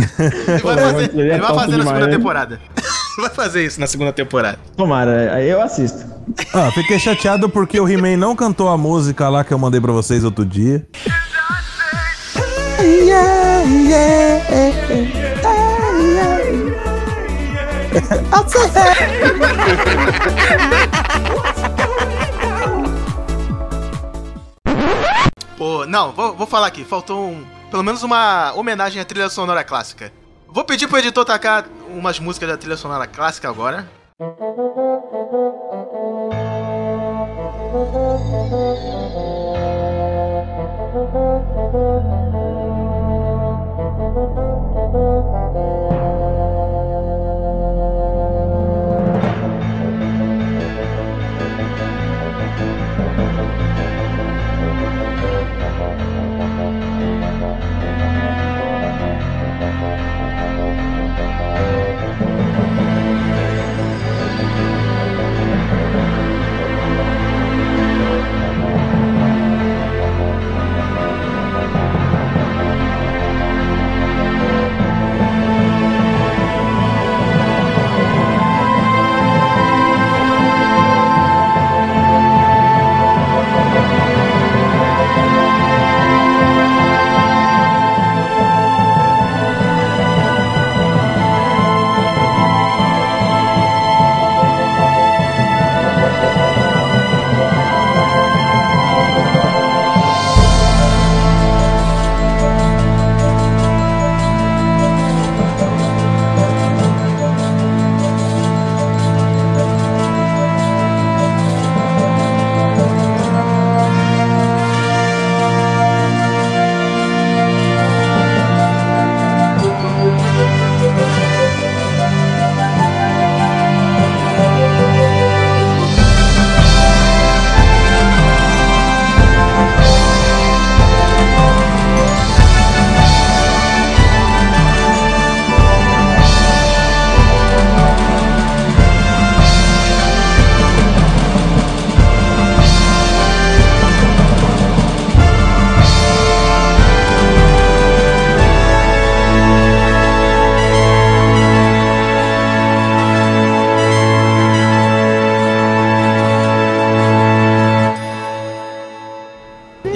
Ele vai fazer na segunda temporada. Vai fazer isso na segunda temporada. Tomara, aí eu assisto. Fiquei chateado porque o He-Man não cantou a música lá que eu mandei pra vocês outro dia. Pô, não, vou falar aqui. Faltou pelo menos uma homenagem à trilha sonora clássica. Vou pedir pro editor tacar umas músicas da trilha sonora clássica agora.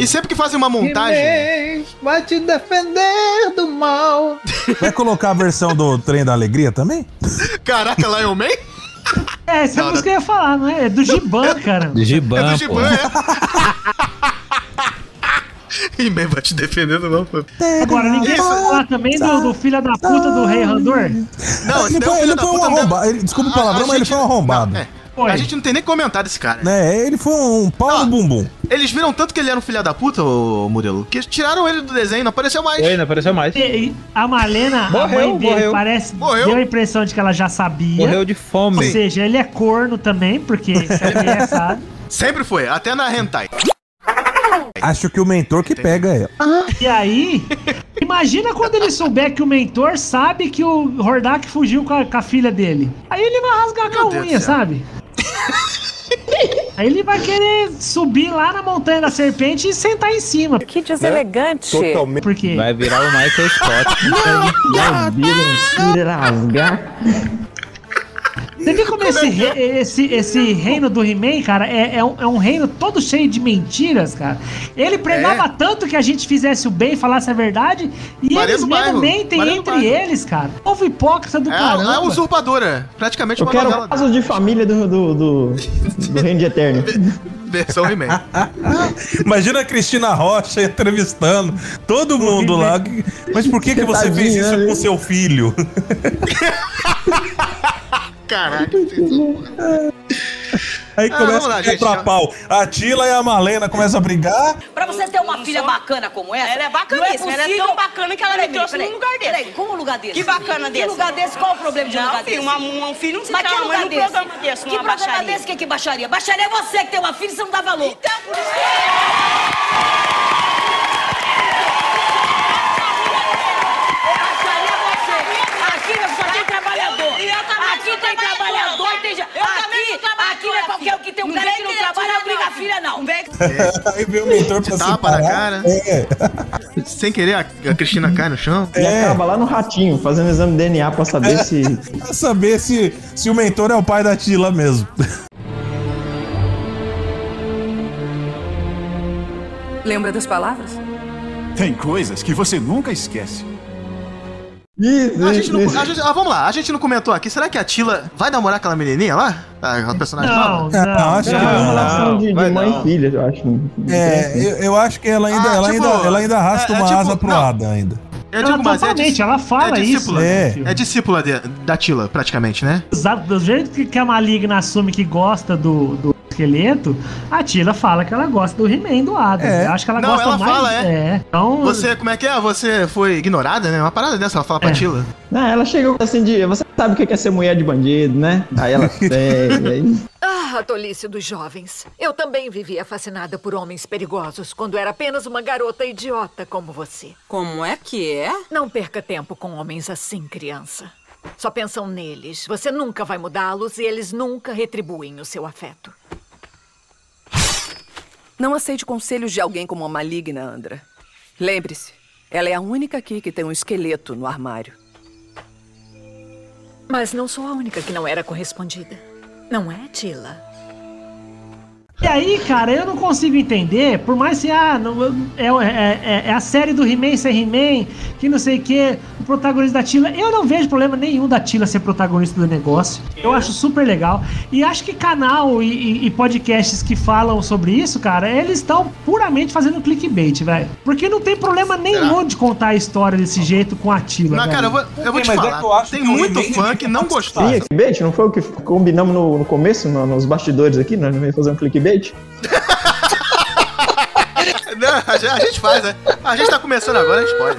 E sempre que fazem uma montagem... He-Man vai te defender do mal. Vai colocar a versão do Trem da Alegria também? Caraca, Lion Man? Essa é a música que eu ia falar, não é? É do Giban, cara. Do Giban, É do Giban, He-Man vai te defendendo, não, pô. Agora, ninguém vai falar também do filho da puta do Rei Randor? Não, ele foi um arrombado. Desculpa o palavrão, mas ele foi um arrombado. A gente não tem nem comentário desse cara. Ele foi um pau no bumbum. Eles viram tanto que ele era um filho da puta, ô Murilo, que tiraram ele do desenho, não apareceu mais. Não apareceu mais. E a Malena, a mãe dele, parece... Deu a impressão de que ela já sabia. Morreu de fome. Ou seja, ele é corno também, porque você sabe. Sempre foi, até na hentai. Acho que o mentor que pega ela. E aí, imagina quando ele souber que o mentor sabe que o Hordak fugiu com a filha dele. Aí ele vai rasgar com a unha, sabe? Aí ele vai querer subir lá na montanha da serpente e sentar em cima. Que deselegante. Totalmente. Por quê? Vai virar o Michael Scott. rasgar. Você viu como esse reino do He-Man, cara, é um reino todo cheio de mentiras, cara. Ele pregava tanto que a gente fizesse o bem e falasse a verdade, e eles mesmo mentem entre eles, cara. Povo hipócrita do caramba. É a usurpadora, praticamente uma novela. Eu quero casos de família do Reino de Eterno. Versão He-Man. Imagina a Cristina Rocha entrevistando todo mundo lá. Mas por que você fez isso com seu filho? Caraca, aí começa a quebrar pau. A Tila e a Malena começam a brigar. Pra você ter uma filha bacana como essa, ela é bacaníssima, ela é tão bacana que ela me trouxe num lugar desse. Peraí, como um lugar desse? Que bacana desse? Que lugar desse? Qual o problema de um lugar desse? Um filho não se Mas que trama, lugar num desse? programa desse, Que programa desse que baixaria? Baixaria é você que tem uma filha e você não dá valor. Então, por isso aqui não é qualquer um que tem um cara que não trabalha, não briga a filha, não. Aí veio o mentor pra tapa na cara. Sem querer, a Cristina cai no chão. E acaba lá no ratinho, fazendo exame de DNA pra saber Pra saber se o mentor é o pai da Tila mesmo. Lembra das palavras? Tem coisas que você nunca esquece. Vamos lá, a gente não comentou aqui. Será que a Tila vai namorar aquela menininha lá? Aquela personagem nova? Não, acho que é uma relação de mãe e filha, eu acho. Eu acho que ela ainda arrasta uma asa pro Ada ainda. Ela fala isso. É discípula da Tila, praticamente, né? Exato, do jeito que a Maligna assume que gosta do esqueleto, a Tila fala que ela gosta do He-Man do Adam. Eu acho que ela gosta ela mais. Fala, Então, você, como é que é? Você foi ignorada, né? Uma parada dessa, ela fala pra Tila. Não, ela chegou assim de... Você sabe o que é ser mulher de bandido, né? Aí ela tem... A tolice dos jovens. Eu também vivia fascinada por homens perigosos quando era apenas uma garota idiota como você. Como é que é? Não perca tempo com homens assim, criança. Só pensam neles. Você nunca vai mudá-los e eles nunca retribuem o seu afeto. Não aceite conselhos de alguém como a Maligna, Andra. Lembre-se, ela é a única aqui que tem um esqueleto no armário. Mas não sou a única que não era correspondida. Não é, Tila? E aí, cara, eu não consigo entender, por mais que é a série do He-Man ser He-Man, que não sei o que, o protagonista da Tila, eu não vejo problema nenhum da Tila ser protagonista do negócio. Eu acho super legal. E acho que canal e podcasts que falam sobre isso, cara, eles estão puramente fazendo clickbait, velho. Porque não tem problema nenhum de contar a história desse jeito com a Tila. Não, cara, eu vou te falar. Tem muito fã que não gostou. Sim, clickbait? Não foi o que combinamos no começo, nos bastidores aqui? Nós vamos fazer um clickbait? Não, a gente faz, né? A gente tá começando agora, a gente pode.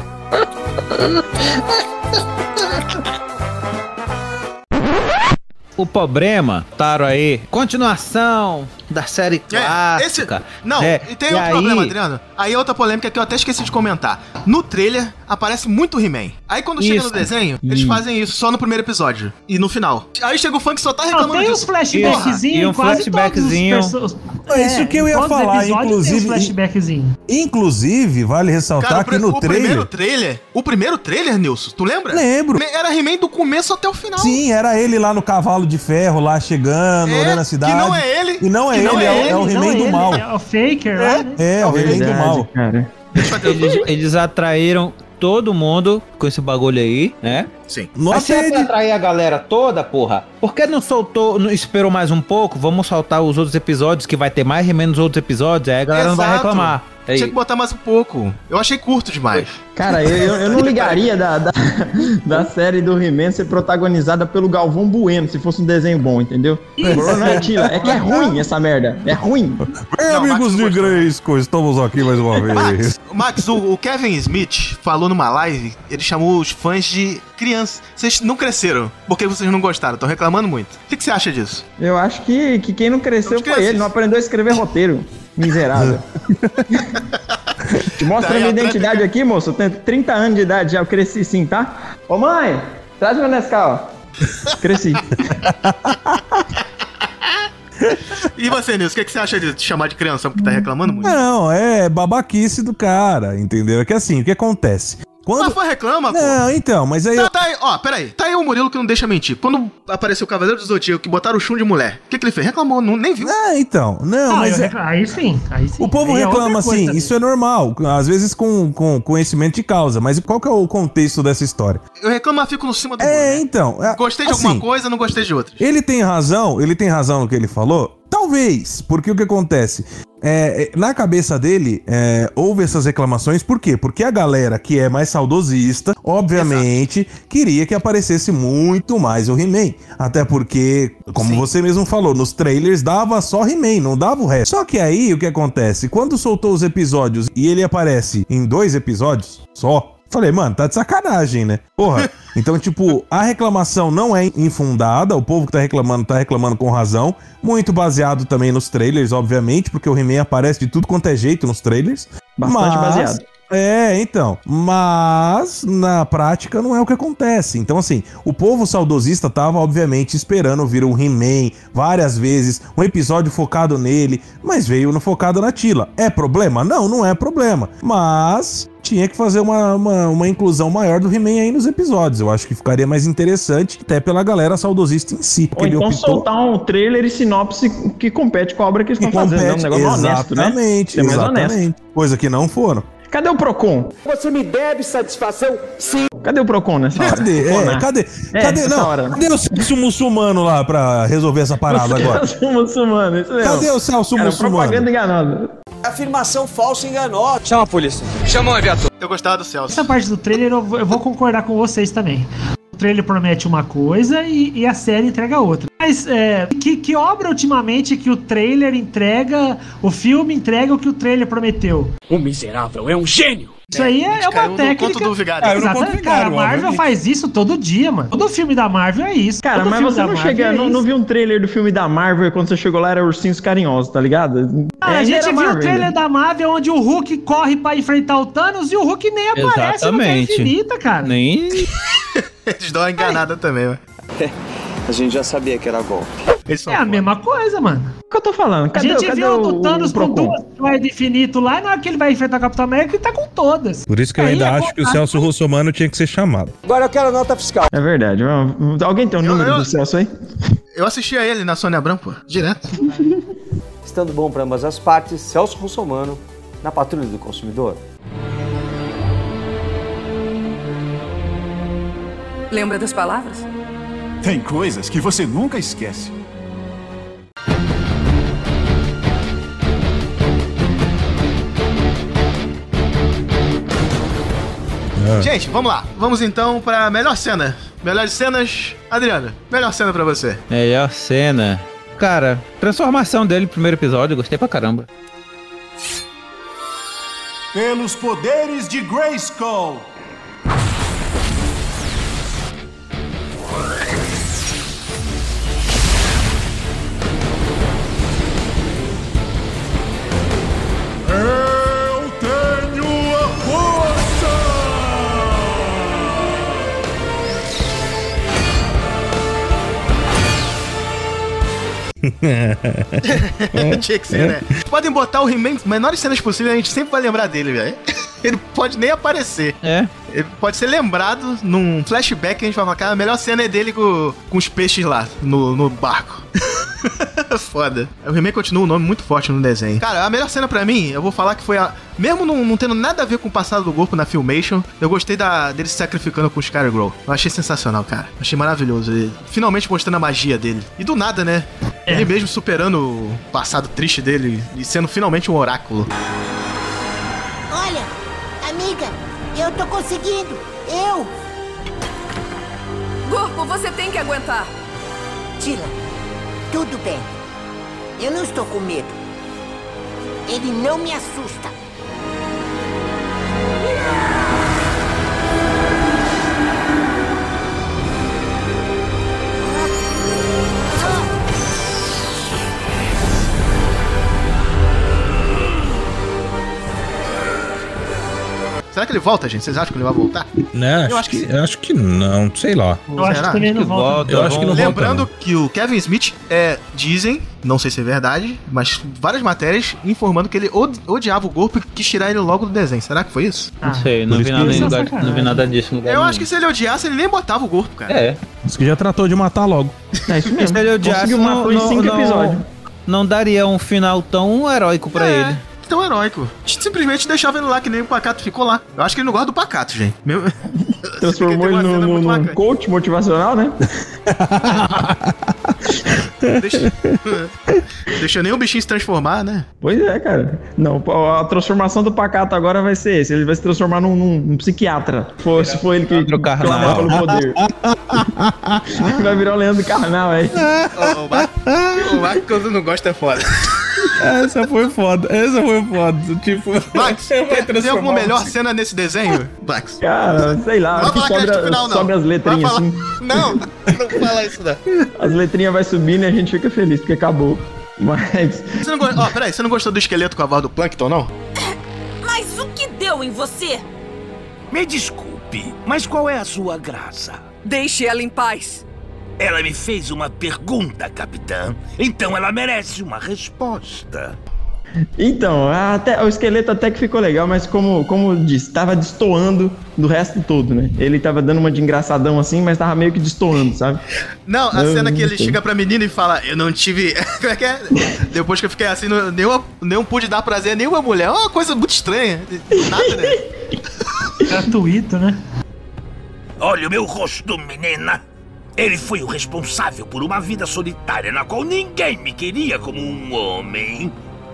O problema, Taro aí, continuação da série clássica. E tem outro problema, Adriano. Aí outra polêmica que eu até esqueci de comentar. No trailer, aparece muito He-Man. Aí quando chega no desenho, eles fazem isso só no primeiro episódio. E no final. Aí chega o fã que só tá reclamando disso. Tem uns flashbackzinhos, e um flashbackzinho. Isso que eu ia falar, inclusive, vale ressaltar que no trailer... O primeiro trailer, Nilson, tu lembra? Lembro. Era He-Man do começo até o final. Sim, era ele lá no cavalo de ferro, lá chegando, olhando a cidade. Que não é ele. E não é ele, é o He-Man do mal. É o Faker, né? É o He-Man do mal. Cara. Eles atraíram todo mundo com esse bagulho aí, né? Sim. Mas se é pra atrair a galera toda, porra, por que não soltou, não esperou mais um pouco? Vamos soltar os outros episódios, que vai ter mais He-Man nos outros episódios, aí a galera não vai reclamar. Aí. Tinha que botar mais um pouco. Eu achei curto demais. Cara, eu não ligaria da série do He-Man ser protagonizada pelo Galvão Bueno, se fosse um desenho bom, entendeu? Não é, Tila, é que é ruim essa merda. É ruim. Amigos de Grayskull, estamos aqui mais uma vez. Max, o Kevin Smith falou numa live, ele chamou os fãs de crianças. Vocês não cresceram, porque vocês não gostaram, estão reclamando muito. O que você acha disso? Eu acho que quem não cresceu foi ele, não aprendeu a escrever roteiro. Miserável. Te mostra a minha identidade aqui, moço. Eu tenho 30 anos de idade, já eu cresci sim, tá? Ô mãe, traz meu Nescau. Cresci. E você, Nilson, o que você acha de chamar de criança porque tá reclamando muito? Não, é babaquice do cara, entendeu? É que assim, o que acontece? Mas foi reclama, pô. Não, então, mas aí... Tá aí, ó, peraí. Tá aí o Murilo que não deixa mentir. Quando apareceu o Cavaleiro do Zodíaco, que botaram o Shun de mulher, o que ele fez? Reclamou, nem viu. Então, não, mas... Aí sim. O povo reclama assim, isso é normal, às vezes com conhecimento de causa, mas qual que é o contexto dessa história? Eu reclamo, mas fico no cima do muro, né? Então... Gostei de alguma coisa, não gostei de outra. Ele tem razão no que ele falou? Talvez, porque o que acontece? Na cabeça dele, houve essas reclamações, por quê? Porque a galera que é mais saudosista, obviamente, queria que aparecesse muito mais o He-Man. Até porque, como você mesmo falou, nos trailers dava só He-Man, não dava o resto. Só que aí, o que acontece? Quando soltou os episódios e ele aparece em 2 episódios só, falei, mano, tá de sacanagem, né? Porra. Então, tipo, a reclamação não é infundada, o povo que tá reclamando com razão, muito baseado também nos trailers, obviamente, porque o He-Man aparece de tudo quanto é jeito nos trailers. Bastante baseado. Então, mas na prática não é o que acontece. Então, assim, o povo saudosista tava, obviamente, esperando vir um He-Man várias vezes, um episódio focado nele, mas veio no focado na Tila. É problema? Não é problema. Mas tinha que fazer uma inclusão maior do He-Man aí nos episódios. Eu acho que ficaria mais interessante, até pela galera saudosista em si. Ou então soltar um trailer e sinopse que compete com a obra que eles estão fazendo. É um negócio honesto, né? Exatamente. Coisa que não foram. Cadê o Procon? Você me deve satisfação, sim. Cadê o Procon nessa hora? Cadê o Celso Muçulmano lá pra resolver essa parada agora? Celso Muçulmano, isso mesmo. Cadê o Celso Muçulmano? Propaganda enganosa. Afirmação falsa e enganosa. Chama a polícia. Chama o aviator. Eu gostava do Celso. Essa parte do trailer eu vou concordar com vocês também. O trailer promete uma coisa e a série entrega outra. Mas que obra ultimamente que o trailer entrega, o filme entrega o que o trailer prometeu? O miserável é um gênio! Isso aí é uma técnica. Cara, a Marvel faz isso todo dia, mano. Todo filme da Marvel é isso. Cara, mas você não viu um trailer do filme da Marvel e quando você chegou lá era Ursinhos Carinhosos, tá ligado? A gente viu o trailer da Marvel onde o Hulk corre pra enfrentar o Thanos e o Hulk nem aparece no Guerra Infinita, cara. Nem... Eles dão uma enganada também, mano. A gente já sabia que era golpe. É a mesma coisa, mano. O que eu tô falando? A gente viu o Thanos com 2 joias de infinito lá, e na hora que ele vai enfrentar o Capitão América, ele tá com todas. Por isso que eu ainda acho que o Celso Russomano tinha que ser chamado. Agora eu quero a nota fiscal. É verdade. Alguém tem o número do Celso aí? Eu assisti a ele na Sônia Abrão, pô. Direto. Estando bom pra ambas as partes, Celso Russomano na Patrulha do Consumidor. Lembra das palavras? Tem coisas que você nunca esquece. Gente, vamos lá. Vamos então pra melhor cena. Melhores cenas. Adriano, melhor cena pra você. Melhor cena. Cara, transformação dele no primeiro episódio, gostei pra caramba. Pelos poderes de Grayskull. Eu tenho a força! Tinha que ser, né? Podem botar o He-Man menores cenas possíveis, a gente sempre vai lembrar dele, velho. Ele pode nem aparecer. Ele pode ser lembrado num flashback que a gente vai falar, cara, a melhor cena é dele com os peixes lá, no barco. Foda. O He-Man continua um nome muito forte no desenho. Cara, a melhor cena pra mim, eu vou falar que foi a... Mesmo não tendo nada a ver com o passado do Gorpo na Filmation, eu gostei dele se sacrificando com o Scarecrow. Eu achei sensacional, cara. Achei maravilhoso. Ele finalmente mostrando a magia dele. E do nada, né? Ele mesmo superando o passado triste dele e sendo finalmente um oráculo. Olha, amiga, eu tô conseguindo. Gorpo, você tem que aguentar. Tila, tudo bem. Eu não estou com medo. Ele não me assusta. Será que ele volta, gente? Vocês acham que ele vai voltar? Né? Eu acho que sim. Eu acho que não, sei lá. Eu acho que também não volta. Eu acho que não volta. Lembrando que o Kevin Smith dizem, não sei se é verdade, mas várias matérias informando que ele odiava o Gorpo e quis tirar ele logo do desenho. Será que foi isso? Não sei, não vi nada disso no lugar Eu nenhum. acho que se ele odiasse, ele nem botava o Gorpo, cara. É. Isso que já tratou de matar logo. É isso mesmo. Se ele odiasse, não daria um final tão heróico pra ele. Tão heróico. Simplesmente deixava ele lá, que nem o Pacato ficou lá. Eu acho que ele não gosta do Pacato, gente. Transformou ele num coach motivacional, né? Deixa nem o bichinho se transformar, né? Pois é, cara. Não, a transformação do Pacato agora vai ser esse. Ele vai se transformar num psiquiatra. Se for ele que clamar pelo poder. Vai virar o Leandro Carnal aí. O Marcos, quando não gosta, é foda. Essa foi foda. Tipo, Max, tem alguma melhor cena nesse desenho? Max. Cara, sei lá. Não vai falar que sobe as letrinhas assim. Não fala isso não. As letrinhas vai subindo e a gente fica feliz, porque acabou. Mas... Peraí, você não gostou do esqueleto com a voz do Plankton, não? Mas o que deu em você? Me desculpe, mas qual é a sua graça? Deixe ela em paz. Ela me fez uma pergunta, capitã. Então ela merece uma resposta. Então, o esqueleto até que ficou legal, mas como eu disse, tava destoando do resto todo, né? Ele tava dando uma de engraçadão assim, mas tava meio que destoando, sabe? Não, a cena que ele chega pra menina e fala, eu não tive... Como é que é? Depois que eu fiquei assim, não pude dar prazer a nenhuma mulher. É uma coisa muito estranha. Nada, né? Gratuito, né? Olha o meu rosto, menina. Ele foi o responsável por uma vida solitária na qual ninguém me queria como um homem.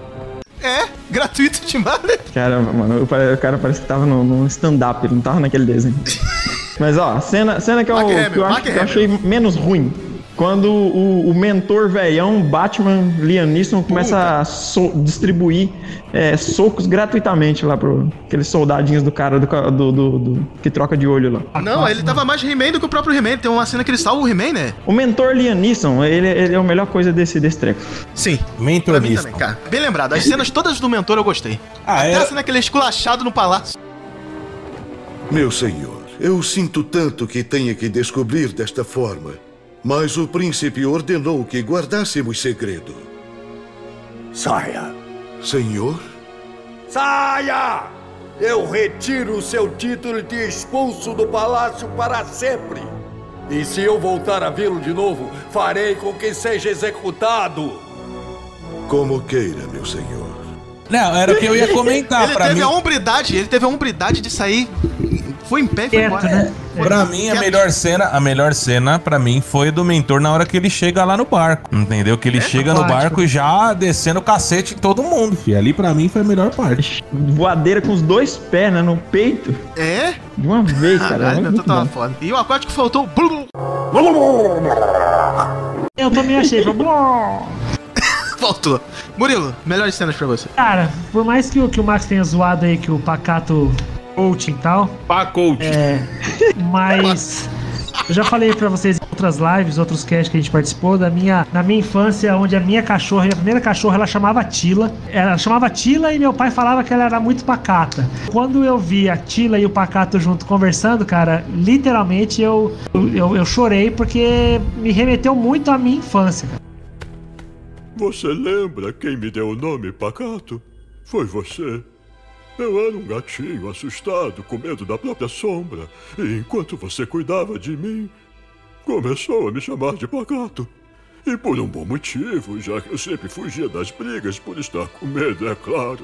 Gratuito demais, né? Caramba, mano, o cara parece que tava no stand-up, ele não tava naquele desenho. Mas ó, a cena que eu achei menos ruim. Quando o mentor velhão, Batman Liam Neeson, começa a distribuir socos gratuitamente lá pro aqueles soldadinhos do cara do que troca de olho lá. Não, ele tava mais He-Man do que o próprio He-Man. Tem uma cena que ele salva o He-Man, né? O mentor Liam Neeson, ele é a melhor coisa desse treco. Sim. Mentor pra mim também, cara. Bem lembrado. As cenas todas do mentor eu gostei. Até a cena que ele é esculachado no palácio. Meu senhor, eu sinto tanto que tenha que descobrir desta forma. Mas o príncipe ordenou que guardássemos segredo. Saia. Senhor? Saia! Eu retiro o seu título e te expulso do palácio para sempre. E se eu voltar a vê-lo de novo, farei com que seja executado. Como queira, meu senhor. Não, era o que eu ia comentar. Ele teve a hombridade de sair. Foi em pé e foi embora. Né? Pra mim, a melhor cena pra mim foi do mentor na hora que ele chega lá no barco. Entendeu? Que ele chega no barco já descendo o cacete em todo mundo. E ali pra mim foi a melhor parte. Voadeira com os dois pés, né? No peito. É? De uma vez, cara. Tava foda. E o aquático faltou. Eu também achei. Faltou. Murilo, melhores cenas pra você. Cara, por mais que o Max tenha zoado aí que o Pacato coaching e tal. Pacote. Mas eu já falei pra vocês em outras lives, outros casts que a gente participou, na minha infância, onde a minha primeira cachorra, ela chamava Tila. Ela chamava Tila e meu pai falava que ela era muito pacata. Quando eu vi a Tila e o Pacato junto conversando, cara, literalmente eu chorei porque me remeteu muito à minha infância, cara. Você lembra quem me deu o nome Pacato? Foi você. Eu era um gatinho assustado, com medo da própria sombra. E enquanto você cuidava de mim, começou a me chamar de pacato. E por um bom motivo, já que eu sempre fugia das brigas por estar com medo, é claro.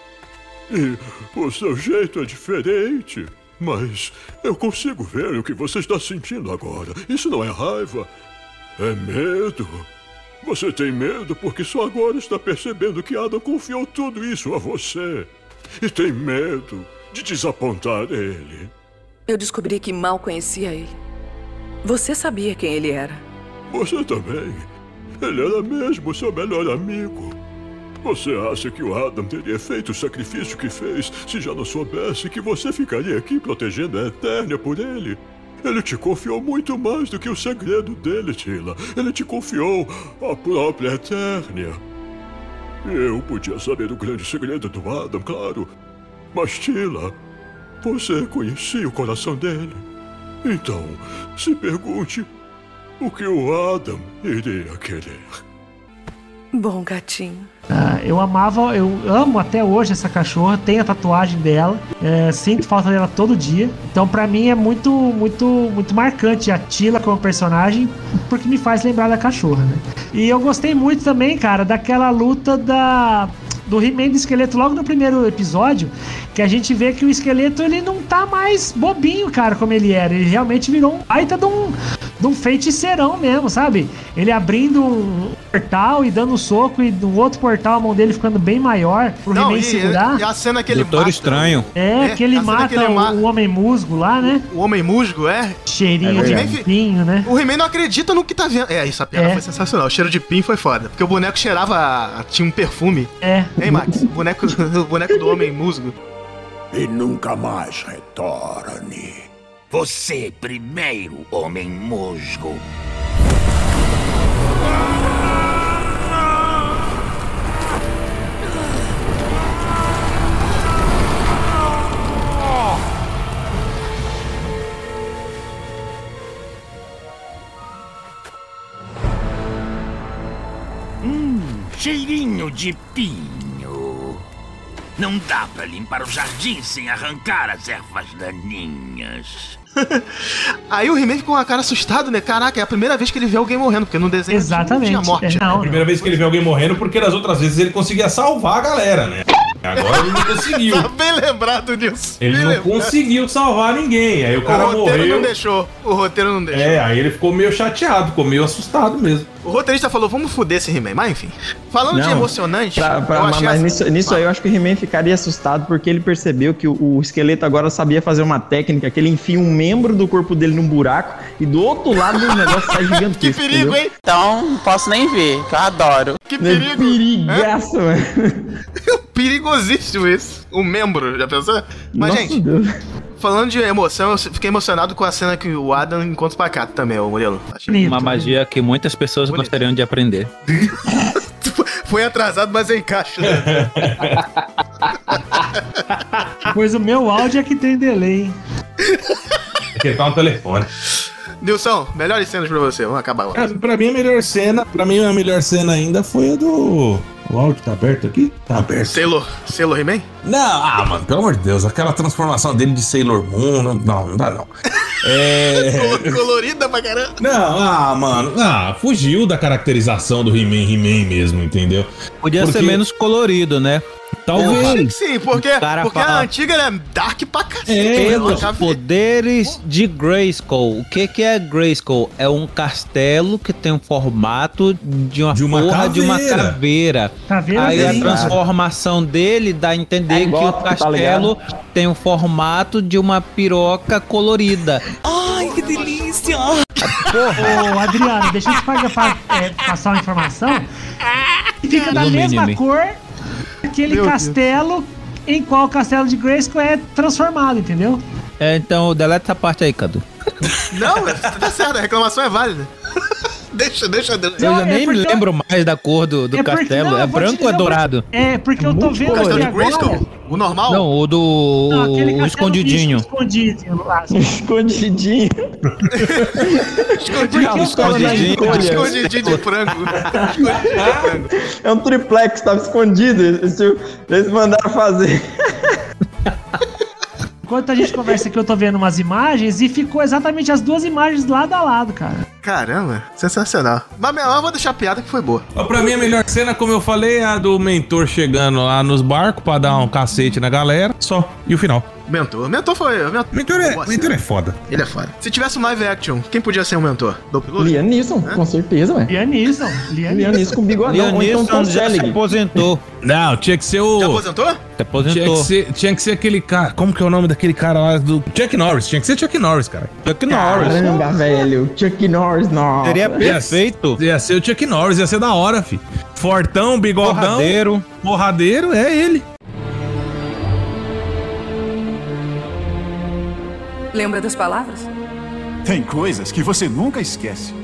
E o seu jeito é diferente. Mas eu consigo ver o que você está sentindo agora. Isso não é raiva, é medo. Você tem medo porque só agora está percebendo que Adam confiou tudo isso a você. E tem medo de desapontar ele. Eu descobri que mal conhecia ele. Você sabia quem ele era. Você também. Ele era mesmo seu melhor amigo. Você acha que o Adam teria feito o sacrifício que fez se já não soubesse que você ficaria aqui protegendo a Eternia por ele? Ele te confiou muito mais do que o segredo dele, Tila. Ele te confiou a própria Eternia. Eu podia saber o grande segredo do Adam, claro. Mas, Tila, você conhecia o coração dele. Então, se pergunte o que o Adam iria querer. Bom, gatinho. Eu amo até hoje essa cachorra, tenho a tatuagem dela, sinto falta dela todo dia. Então pra mim é muito marcante a Tila como personagem, porque me faz lembrar da cachorra, né? E eu gostei muito também, cara, daquela luta do He-Man do esqueleto logo no primeiro episódio, que a gente vê que o esqueleto ele não tá mais bobinho, cara, como ele era. Ele realmente virou um baita de um feiticeirão mesmo, sabe? Ele abrindo um portal e dando um soco, e no outro portal a mão dele ficando bem maior pro He-Man segurar. E a cena que ele Doutor Estranho. Que ele mata o Homem Musgo lá, né? O Homem Musgo, Cheirinho de pinho, né? O He-Man não acredita no que tá vendo. Isso, a piada foi sensacional. O cheiro de pinho foi foda. Porque o boneco cheirava... Tinha um perfume. Hein, Max? O boneco do Homem Musgo. E nunca mais retorne. Você primeiro, Homem Musgo. Cheirinho de pinho. Não dá pra limpar o jardim sem arrancar as ervas daninhas. Aí o He-Man ficou com uma cara assustado, né? Caraca, é a primeira vez que ele vê alguém morrendo, porque no desenho não tinha morte. É a primeira vez que ele vê alguém morrendo, porque das outras vezes ele conseguia salvar a galera, né? Agora ele não conseguiu. Tá bem lembrado disso. Ele não conseguiu salvar ninguém. Aí o cara morreu. O roteiro não deixou. Aí ele ficou meio chateado, ficou meio assustado mesmo. O roteirista falou, vamos foder esse He-Man. Mas enfim, falando de emocionante... Mas nisso aí eu acho que o He-Man ficaria assustado porque ele percebeu que o esqueleto agora sabia fazer uma técnica que ele enfia um membro do corpo dele num buraco e do outro lado do negócio sai gigantesco. Que perigo, entendeu? Hein? Então, não posso nem ver, que eu adoro. Que perigo. Perigaço, mano. Perigosíssimo isso. O membro, já pensou? Mas, Nossa, gente... Deus. Falando de emoção, eu fiquei emocionado com a cena que o Adam encontra o pacato também, ô Murilo. Uma magia que muitas pessoas gostariam de aprender. Foi atrasado, mas eu encaixo, né? Pois o meu áudio é que tem delay, hein? É que tá no telefone. Nilson, melhores cenas pra você, vamos acabar agora. Pra mim a melhor cena ainda foi a do... O áudio tá aberto aqui? Tá aberto. Sailor He-Man? Não, mano, pelo amor de Deus, aquela transformação dele de Sailor Moon, não dá não. Colorida pra caramba. Não, fugiu da caracterização do He-Man mesmo, entendeu? Podia ser menos colorido, né? Talvez. Sim, porque a antiga era dark pra cacete. Pelos poderes de Grayskull. O que é Grayskull? É um castelo que tem um formato de uma caveira. Aí a transformação dele dá a entender que o castelo tem o formato de uma piroca colorida. Ai, que delícia! Ô, Adriano, deixa eu te passar uma informação. Fica da mesma cor aquele castelo em qual o castelo de Grayskull é transformado, entendeu? Então deleta essa parte aí, Cadu. Não, tá certo, a reclamação é válida. Deixa. Eu já nem me lembro mais da cor do castelo. É branco ou é dourado? É, porque eu tô vendo aqui agora. O normal? Não, o escondidinho. Escondidinho. Escondidinho de frango. É um triplex, tava escondido. Eles mandaram fazer. enquanto a gente conversa aqui, eu tô vendo umas imagens e ficou exatamente as duas imagens lado a lado, cara. Caramba, sensacional. Mas eu vou deixar a piada que foi boa. Pra mim, a melhor cena, como eu falei, é a do mentor chegando lá nos barcos pra dar um cacete na galera. Só. E o final. Mentor foi... Mentor é foda. Ele é foda. Se tivesse um live action, quem podia ser um mentor? Liam Neeson, com certeza, velho. Liam Neeson com bigodão. Liam Neeson já se aposentou. Não, tinha que ser o... Já aposentou? Se aposentou. Tinha que ser aquele cara... Como que é o nome daquele cara lá do... Chuck Norris. Tinha que ser Chuck Norris, cara. Chuck Norris. Caramba, velho. Chuck Norris, não. Seria perfeito. Ia ser o Chuck Norris, ia ser da hora, fi. Fortão, bigodão. Porradeiro, é ele. Lembra das palavras? Tem coisas que você nunca esquece.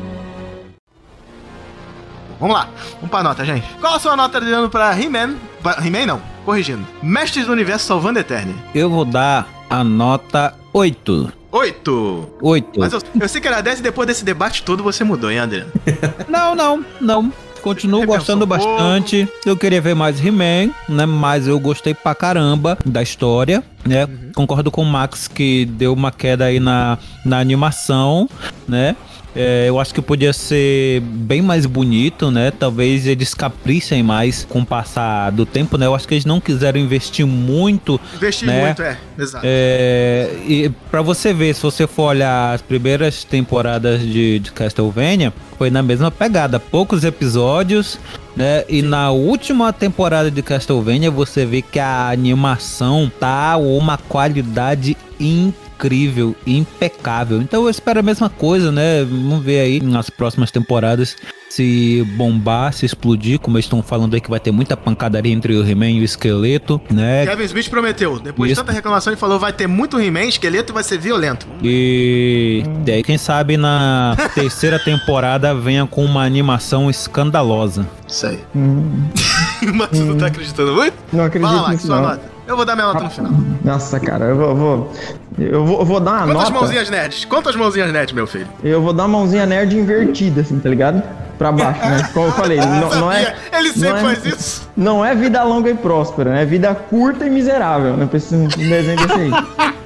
Vamos lá, vamos pra nota, gente. Qual a sua nota dando pra He-Man? He-Man não, corrigindo. Mestres do Universo Salvando Eternia. Eu vou dar a nota 8. 8. Mas eu sei que era 10 e depois desse debate todo você mudou, hein, Adriano? Não. Continuo gostando bastante. Eu queria ver mais He-Man, né? Mas eu gostei pra caramba da história, né? Concordo com o Max que deu uma queda aí na animação, né? Eu acho que podia ser bem mais bonito, né? Talvez eles caprichem mais com o passar do tempo, né? Eu acho que eles não quiseram investir muito. Exato. E pra você ver, se você for olhar as primeiras temporadas de Castlevania, foi na mesma pegada. Poucos episódios, né? E na última temporada de Castlevania, você vê que a animação tá uma qualidade incrível, impecável. Então eu espero a mesma coisa, né? Vamos ver aí nas próximas temporadas se bombar, se explodir, como eles estão falando aí que vai ter muita pancadaria entre o He-Man e o Esqueleto, né? Kevin Smith prometeu, depois de tanta reclamação, ele falou vai ter muito He-Man, Esqueleto e vai ser violento. E daí, quem sabe na terceira temporada venha com uma animação escandalosa. Isso aí. Mas você não tá acreditando muito? Não acredito nisso, nisso, sua não. nota. Eu vou dar minha nota no final. Nossa, cara, eu vou dar uma nota... Quantas mãozinhas nerds? Quantas mãozinhas nerds, meu filho? Eu vou dar uma mãozinha nerd invertida, assim, tá ligado? Pra baixo, né? Como eu falei, não é... Ele sempre faz isso. Não é vida longa e próspera, é vida curta e miserável, né? Pra esse desenho desse aí.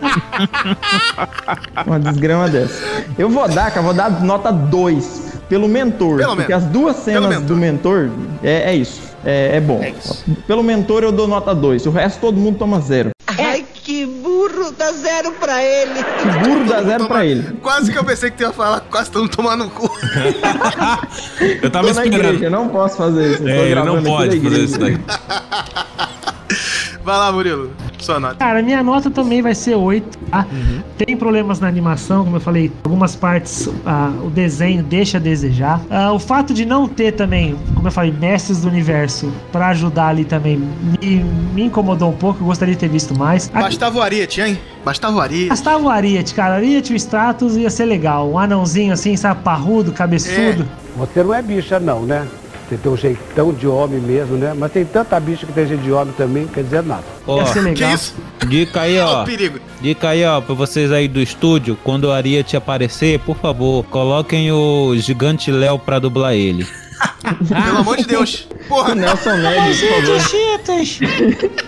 Uma desgrama dessa. Eu vou dar nota 2 pelo mentor. Porque as duas cenas do mentor é isso. É bom. Pelo mentor eu dou nota 2. O resto todo mundo toma 0. Ai, que burro, dá 0 pra ele. Que burro dá 0 pra ele. Quase que eu pensei que tu ia falar, quase todo mundo tomando no cu. Eu tava esperando. Igreja, não posso fazer isso. Ele não pode fazer isso daí. Vai lá, Murilo. Sua nota. Cara, minha nota também vai ser 8, tá? Tem problemas na animação, como eu falei, algumas partes o desenho deixa a desejar. O fato de não ter também, como eu falei, mestres do universo pra ajudar ali também me incomodou um pouco, eu gostaria de ter visto mais. Bastava o Ariete, hein? Bastava o Ariete, cara. Ariete e o Stratos ia ser legal. Um anãozinho assim, sabe, parrudo, cabeçudo. Você não é bicha não, né? Você tem um jeitão de homem mesmo, né? Mas tem tanta bicha que tem jeito de homem também, quer dizer nada. Ia ser legal. Que isso? Dica aí, ó. Perigo. Dica aí, ó, pra vocês aí do estúdio, quando o Ariete aparecer, por favor, coloquem o Gigante Léo pra dublar ele. Pelo amor de Deus. Porra. Nelson Ned, por favor.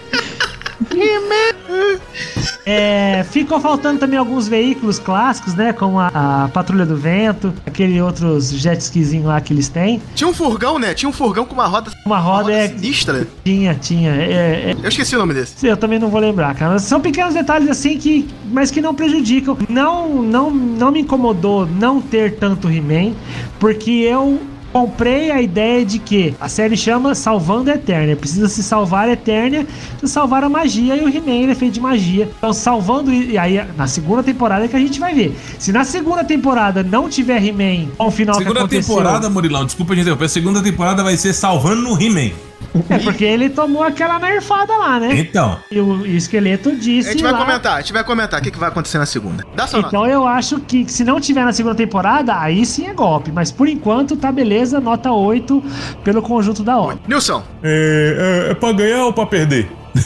Ficou faltando também alguns veículos clássicos, né? Como a Patrulha do Vento, aquele outros jet skizinho lá que eles têm. Tinha um furgão, né? Tinha um furgão com uma roda sinistra. Tinha. Eu esqueci o nome desse. Eu também não vou lembrar, cara. São pequenos detalhes assim mas que não prejudicam. Não me incomodou não ter tanto He-Man, porque eu comprei a ideia de que a série chama Salvando a Eternia. Precisa se salvar a Eternia, precisa salvar a magia, e o He-Man ele é feito de magia. Então, salvando. E aí, na segunda temporada é que a gente vai ver. Se na segunda temporada não tiver He-Man ao final que aconteceu... Segunda temporada, Murilão, desculpa gente interromper. A segunda temporada vai ser Salvando no He-Man. Porque ele tomou aquela nerfada lá, né? Então. E o esqueleto disse. A gente vai comentar o que vai acontecer na segunda. Dá sua então nota. Eu acho que se não tiver na segunda temporada, aí sim é golpe. Mas por enquanto tá beleza, nota 8 pelo conjunto da obra. Nilson. É pra ganhar ou pra perder?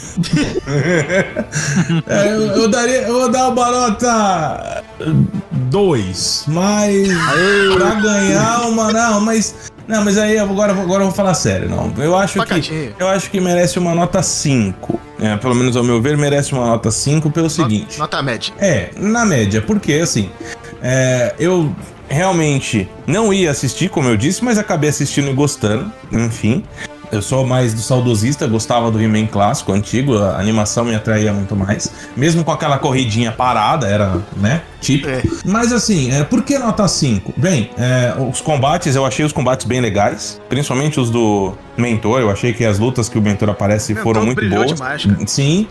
Eu vou dar uma nota 2, mas pra ganhar mas Não, mas aí agora eu vou falar sério, não. Eu acho que merece uma nota 5. Pelo menos ao meu ver, merece uma nota 5 pelo seguinte. Nota média. Na média, porque assim, eu realmente não ia assistir, como eu disse, mas acabei assistindo e gostando, enfim. Eu sou mais do saudosista, gostava do He-Man clássico, antigo, a animação me atraía muito mais. Mesmo com aquela corridinha parada, era, né, típico. Mas assim, por que nota 5? Bem, os combates, eu achei os combates bem legais, principalmente os do Mentor, eu achei que as lutas que o Mentor aparece foram muito boas. Demais, cara. Sim.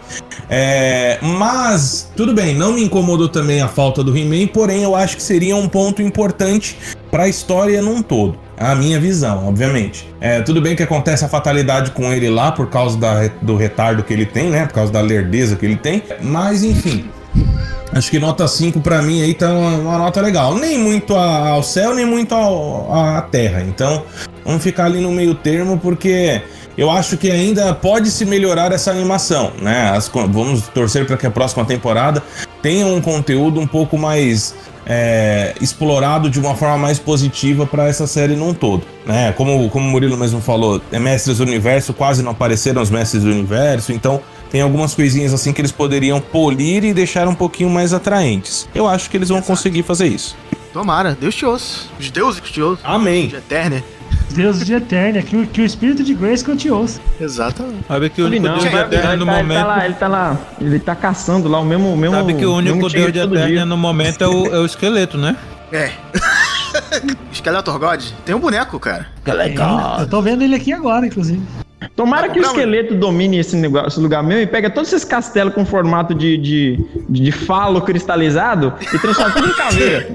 Mas, tudo bem, não me incomodou também a falta do He-Man, porém eu acho que seria um ponto importante para a história num todo. A minha visão, obviamente. Tudo bem que acontece a fatalidade com ele lá por causa do retardo que ele tem, né? Por causa da lerdeza que ele tem. Mas, enfim. Acho que nota 5 pra mim aí tá uma nota legal. Nem muito ao céu, nem muito à terra. Então, vamos ficar ali no meio termo, porque eu acho que ainda pode se melhorar essa animação, né? Vamos torcer para que a próxima temporada tenha um conteúdo um pouco mais explorado de uma forma mais positiva para essa série num todo, né? Como o Murilo mesmo falou, Mestres do Universo, quase não apareceram os Mestres do Universo, então tem algumas coisinhas assim que eles poderiam polir e deixar um pouquinho mais atraentes. Eu acho que eles vão conseguir fazer isso. Tomara, Deus te ouça. Os deuses te ouçam. Amém. De Eternia. Deus de Eternia, que o espírito de Grayskull te ouça. Exatamente. Sabe que o único Deus de Eternia no momento... Ele tá caçando lá o mesmo... Sabe que o único Deus de Eternia no momento é o esqueleto, né? Skeletor God. Tem um boneco, cara. Eu tô vendo ele aqui agora, inclusive. Tomara que o esqueleto domine esse lugar mesmo e pega todos esses castelos com formato de falo cristalizado e transforma tudo em caveira.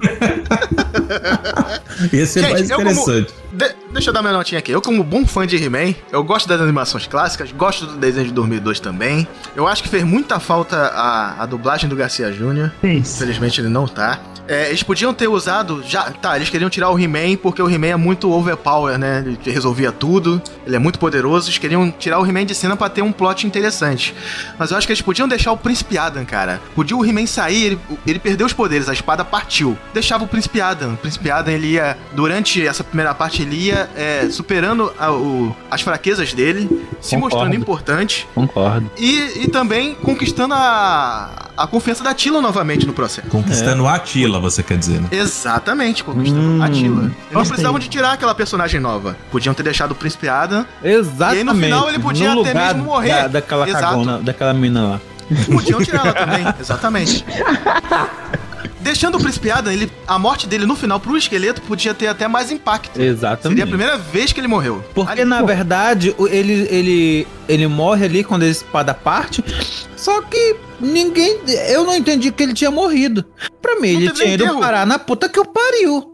Ia ser mais interessante. Deixa eu dar minha notinha aqui. Eu, como bom fã de He-Man, eu gosto das animações clássicas, gosto do desenho de 2002 também. Eu acho que fez muita falta a dublagem do Garcia Jr. Infelizmente ele não tá. Eles podiam ter usado... eles queriam tirar o He-Man porque o He-Man é muito overpower, né? Ele resolvia tudo, ele é muito poderoso. Eles queriam tirar o He-Man de cena pra ter um plot interessante. Mas eu acho que eles podiam deixar o Príncipe Adam, cara. Podia o He-Man sair, ele perdeu os poderes, a espada partiu. Deixava o Príncipe Adam. O Príncipe Adam, ele ia... Durante essa primeira parte, ele ia superando as fraquezas dele, se mostrando importante. Concordo. E também conquistando a confiança da Teela novamente no processo. Conquistando a Teela, você quer dizer, né? Exatamente, conquistando a Teela. Eles não precisavam de tirar aquela personagem nova. Podiam ter deixado o Príncipe Adam. Exatamente. E aí no final ele podia até mesmo morrer. Daquela cagona, daquela mina lá. Podiam tirar ela também, exatamente. Deixando o Príncipe Adam, a morte dele no final pro esqueleto podia ter até mais impacto. Exatamente. Seria a primeira vez que ele morreu. Porque, na verdade, ele morre ali quando a espada parte, só que eu não entendi que ele tinha morrido. Pra mim, ele tinha ido parar na puta que eu pariu.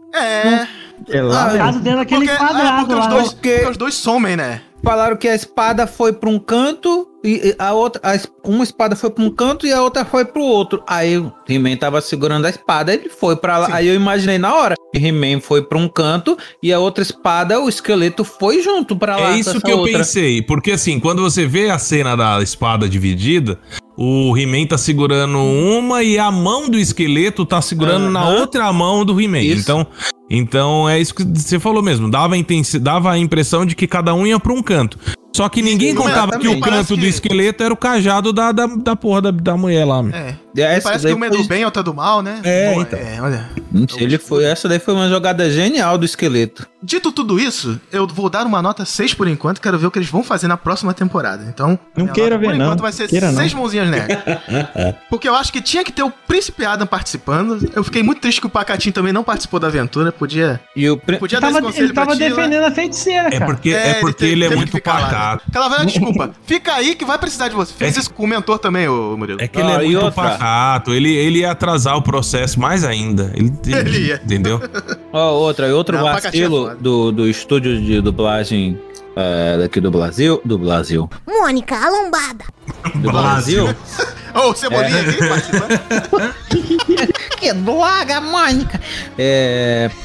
O caso dele é aquele quadrado lá. Porque os dois somem, né? Falaram que a espada foi pra um canto e a outra, uma espada foi pra um canto e a outra foi pro outro. Aí o He-Man tava segurando a espada, ele foi pra lá. Sim. Aí eu imaginei na hora que He-Man foi pra um canto e a outra espada, o esqueleto foi junto pra lá. É isso que eu pensei, porque assim, quando você vê a cena da espada dividida, o He-Man tá segurando uma e a mão do esqueleto tá segurando na outra mão do He-Man. Então é isso que você falou mesmo. Dava a impressão de que cada um ia pra um canto. Só que ninguém contava que o canto do esqueleto era o cajado da porra da mulher lá. Parece que uma é do bem e outra do mal, né? Então. Olha. Essa daí foi uma jogada genial do esqueleto. Dito tudo isso, eu vou dar uma nota 6 por enquanto. Quero ver o que eles vão fazer na próxima temporada. Então, não queira ver, não. Por enquanto vai ser 6 mãozinhas negras. Porque eu acho que tinha que ter o Príncipe Adam participando. Eu fiquei muito triste que o Pacatinho também não participou da aventura. Podia ele tava defendendo a feiticeira, cara. É porque ele é muito pacato. Aquela velha desculpa. Fica aí que vai precisar de você. Fez isso com o mentor também, ô Murilo. É que ele é muito pacato. Ele ia atrasar o processo mais ainda. Ele ia. Entendeu? Outro vacilo do estúdio de dublagem daqui do Brasil. Mônica, a lombada. Do Brasil? Ô, Cebolinha aqui participando. Que droga, Mônica.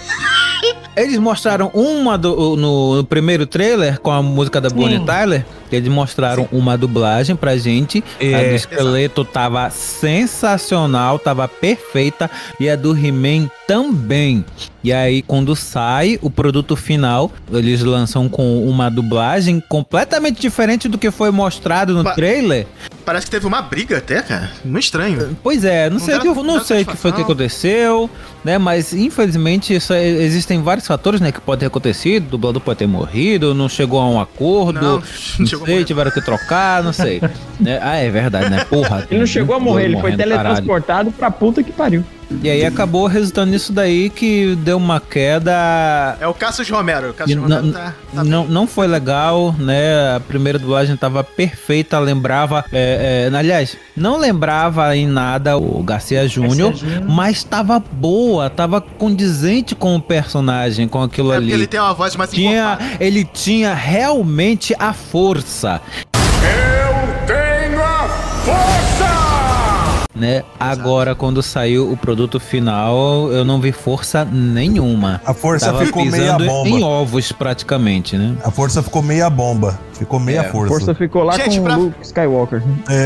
Eles mostraram uma no primeiro trailer com a música da Bonnie Tyler. Eles mostraram uma dublagem pra gente. A do Esqueleto tava sensacional, tava perfeita. E a do He-Man também. E aí, quando sai o produto final, eles lançam com uma dublagem completamente diferente do que foi mostrado no trailer. Parece que teve uma briga até, cara. Muito estranho. Pois é, não sei o que foi que aconteceu, né? Mas infelizmente existem vários fatores, né, que podem ter acontecido. O dublador pode ter morrido, não chegou a um acordo, não sei, tiveram que trocar, não sei. É verdade, né? Porra. Ele não chegou a morrer, ele foi teletransportado pra puta que pariu. E aí acabou resultando nisso daí que deu uma queda. É o Cassius Romero. Não foi legal, né? A primeira dublagem tava perfeita, lembrava. Aliás, não lembrava em nada o Garcia Júnior, mas tava boa, tava condizente com o personagem, com aquilo ali. Porque ele tem uma voz mais Ele tinha realmente a força. Eu tenho a força! Né? Agora, quando saiu o produto final, eu não vi força nenhuma. A força ficou meia bomba. Em ovos, praticamente, né? A força ficou meia bomba. Ficou meia força. A força ficou lá com o Luke Skywalker.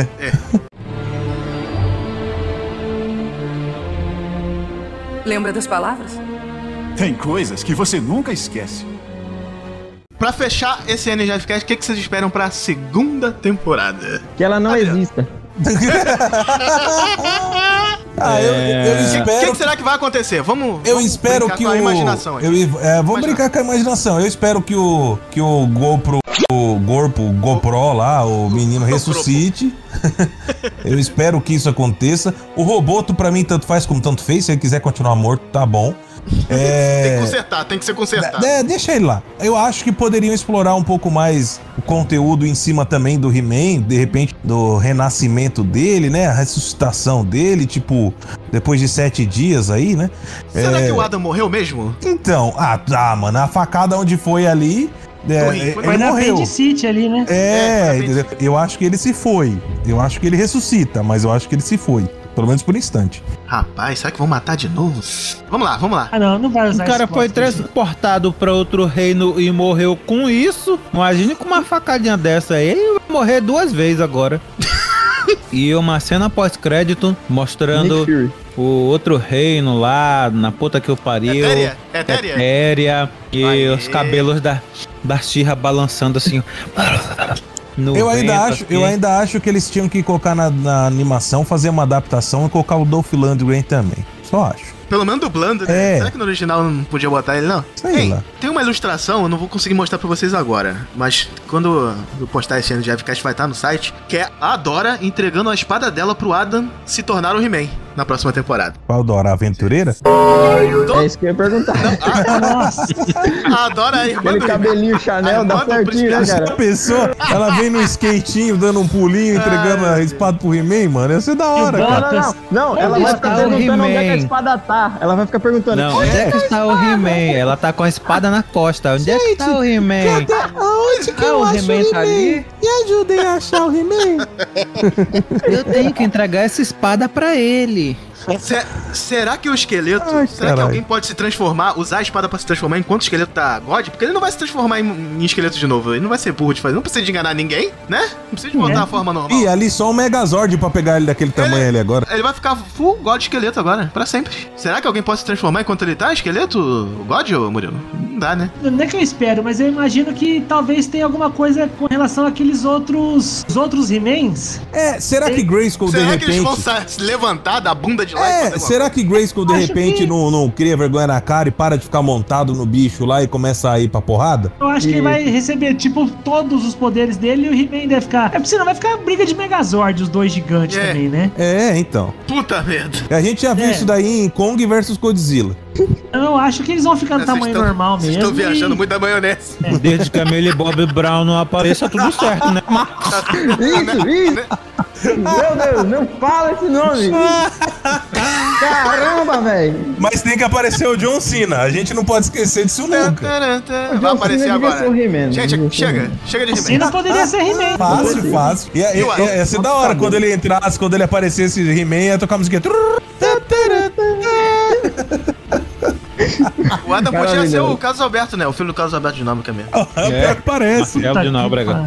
Lembra das palavras? Tem coisas que você nunca esquece. Pra fechar esse NGFcast, o que vocês esperam pra segunda temporada? Que ela não exista. Eu espero. O que será que vai acontecer? Vamos espero que com a imaginação. Vamos brincar com a imaginação. Eu espero que o GoPro lá, o menino ressuscite. Eu espero que isso aconteça. O Roboto, pra mim, tanto faz como tanto fez. Se ele quiser continuar morto, tá bom. Tem que ser consertado. Deixa ele lá. Eu acho que poderiam explorar um pouco mais o conteúdo em cima também do He-Man, de repente, do renascimento dele, né? A ressuscitação dele, tipo, depois de 7 dias aí, né? Será que o Adam morreu mesmo? Então, mano, a facada onde foi ali. Foi na Appendicite ali, né? Eu acho que ele se foi. Eu acho que ele ressuscita, mas eu acho que ele se foi. Pelo menos por um instante. Rapaz, será que vão matar de novo? Vamos lá. Não vai usar o cara foi transportado pra outro reino e morreu com isso. Imagine com uma facadinha dessa aí, ele vai morrer 2 vezes agora. E uma cena pós-crédito mostrando o outro reino lá, na puta que o pariu. Etéria. E os cabelos da She-Ra balançando assim. Eu ainda acho que eles tinham que colocar na animação, fazer uma adaptação e colocar o Dolph Lundgren também. Só acho. Pelo menos dublando, né? Será que no original não podia botar ele, não? Sei lá. Tem uma ilustração, eu não vou conseguir mostrar pra vocês agora, mas quando eu postar esse ano de Fcast vai estar no site, que é a Dora entregando a espada dela pro Adam se tornar o He-Man na próxima temporada. Qual Dora? A aventureira? É isso que eu ia perguntar. A Dora é a irmã aquele cabelinho Chanel dá certinho, né, cara? A pessoa, ela vem no skatinho, dando um pulinho, entregando a espada pro He-Man, mano. Ia ser da hora, cara. Não, ela vai ficar perguntando onde é que a espada tá. Ela vai ficar perguntando. Não, onde é que está o He-Man? Ela tá com a espada na costa. Onde é que tá o He-Man? Aonde que eu acho o He-Man? Tá ali? Me ajudem a achar o He-Man. Eu tenho que entregar essa espada pra ele. Será que o esqueleto... será que alguém pode se transformar, usar a espada pra se transformar enquanto o esqueleto tá God? Porque ele não vai se transformar em esqueleto de novo. Ele não vai ser burro de fazer. Não precisa de enganar ninguém, né? Não precisa de voltar à forma normal. Ih, ali só um Megazord pra pegar ele daquele tamanho ali agora. Ele vai ficar full God esqueleto agora, pra sempre. Será que alguém pode se transformar enquanto ele tá esqueleto, God, ou Murilo? Não dá, né? Não é que eu espero, mas eu imagino que talvez tenha alguma coisa com relação àqueles outros He-Mans. Será que Grayskull de repente... Será que eles vão se levantar da bunda de lá? Será que Grayskull de repente não cria vergonha na cara e para de ficar montado no bicho lá e começa a ir pra porrada? Eu acho que ele vai receber, tipo, todos os poderes dele e o He-Man deve ficar... Senão vai ficar briga de Megazord, os dois gigantes também, né? Então. Puta merda. A gente já viu isso daí em Kong versus Godzilla. Eu acho que eles vão ficar no tamanho normal mesmo. Estão viajando muito da maionese. Desde que a Millie Bob Brown não apareça, tudo certo, né? Isso! Meu Deus, não fala esse nome! Caramba, velho! Mas tem que aparecer o John Cena, a gente não pode esquecer disso nunca. Vai aparecer agora. Gente, chega de He-Man. Cena poderia ser He-Man. Fácil. Ia ser da hora quando ele entrasse, quando ele aparecesse He-Man, ia tocar a musiquinha. O Adam podia ser o Carlos Alberto, né? O filho do Carlos Alberto de Nóbrega mesmo. Pior que parece. É o de Nóbrega.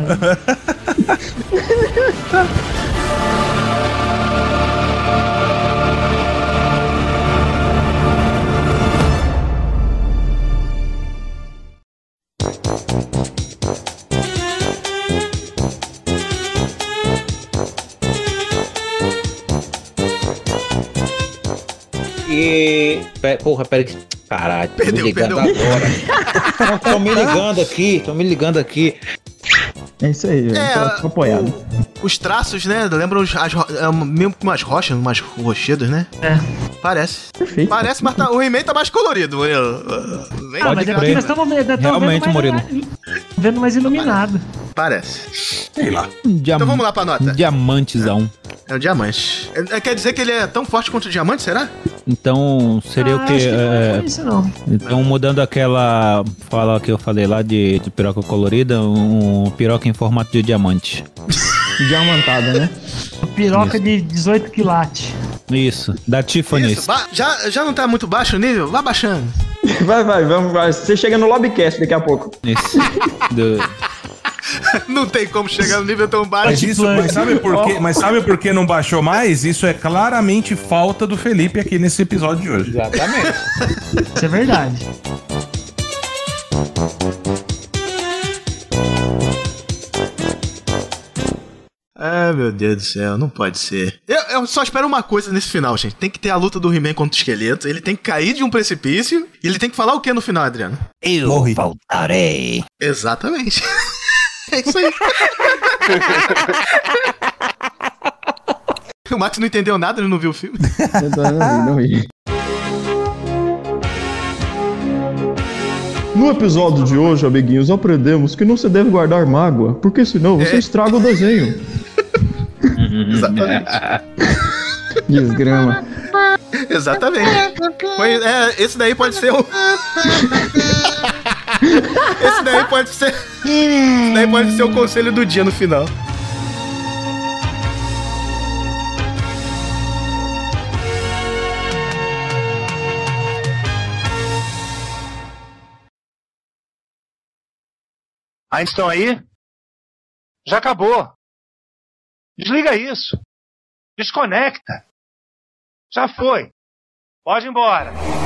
E... Porra, pera que... Caralho, tô me ligando agora. Tô me ligando aqui. É isso aí, tô apoiado. Os traços, né? Lembram mesmo com umas rochas, umas rochedas, né? É. Parece. Perfeito. Parece, mas o He-Man tá mais colorido. Pode crer. Nós estamos Realmente, Murilo. Vendo mais iluminado. Parece. Sei lá. Então vamos lá pra nota. Diamantezão. É um diamante. Quer dizer que ele é tão forte quanto o diamante, será? Então, seria o quê? Acho que não foi isso, não. Então, mudando aquela fala que eu falei lá de piroca colorida, um piroca em formato de diamante. Diamantada, né? Piroca de 18 quilates. Isso, da Tiffany. Isso. Já não tá muito baixo o nível? Vá baixando. Vai, vamos. Você chega no Lobbycast daqui a pouco. Isso. Não tem como chegar no nível tão baixo. Mas sabe por que não baixou mais? Isso é claramente falta do Felipe aqui nesse episódio de hoje. Exatamente. Isso é verdade. Ah, meu Deus do céu, não pode ser. Eu só espero uma coisa nesse final, gente. Tem que ter a luta do He-Man contra o esqueleto. Ele tem que cair de um precipício. E ele tem que falar o que no final, Adriano? Eu voltarei. Exatamente. É isso aí. O Max não entendeu nada, ele não viu o filme. Não vi. No episódio de hoje, amiguinhos, aprendemos que não se deve guardar mágoa, porque senão você estraga o desenho. Exatamente. Desgrama. Exatamente. Esse daí pode ser o... Esse daí pode ser... Esse daí pode ser o conselho do dia no final. Ainda estão aí? Já acabou. Desliga isso. Desconecta. Já foi. Pode ir embora.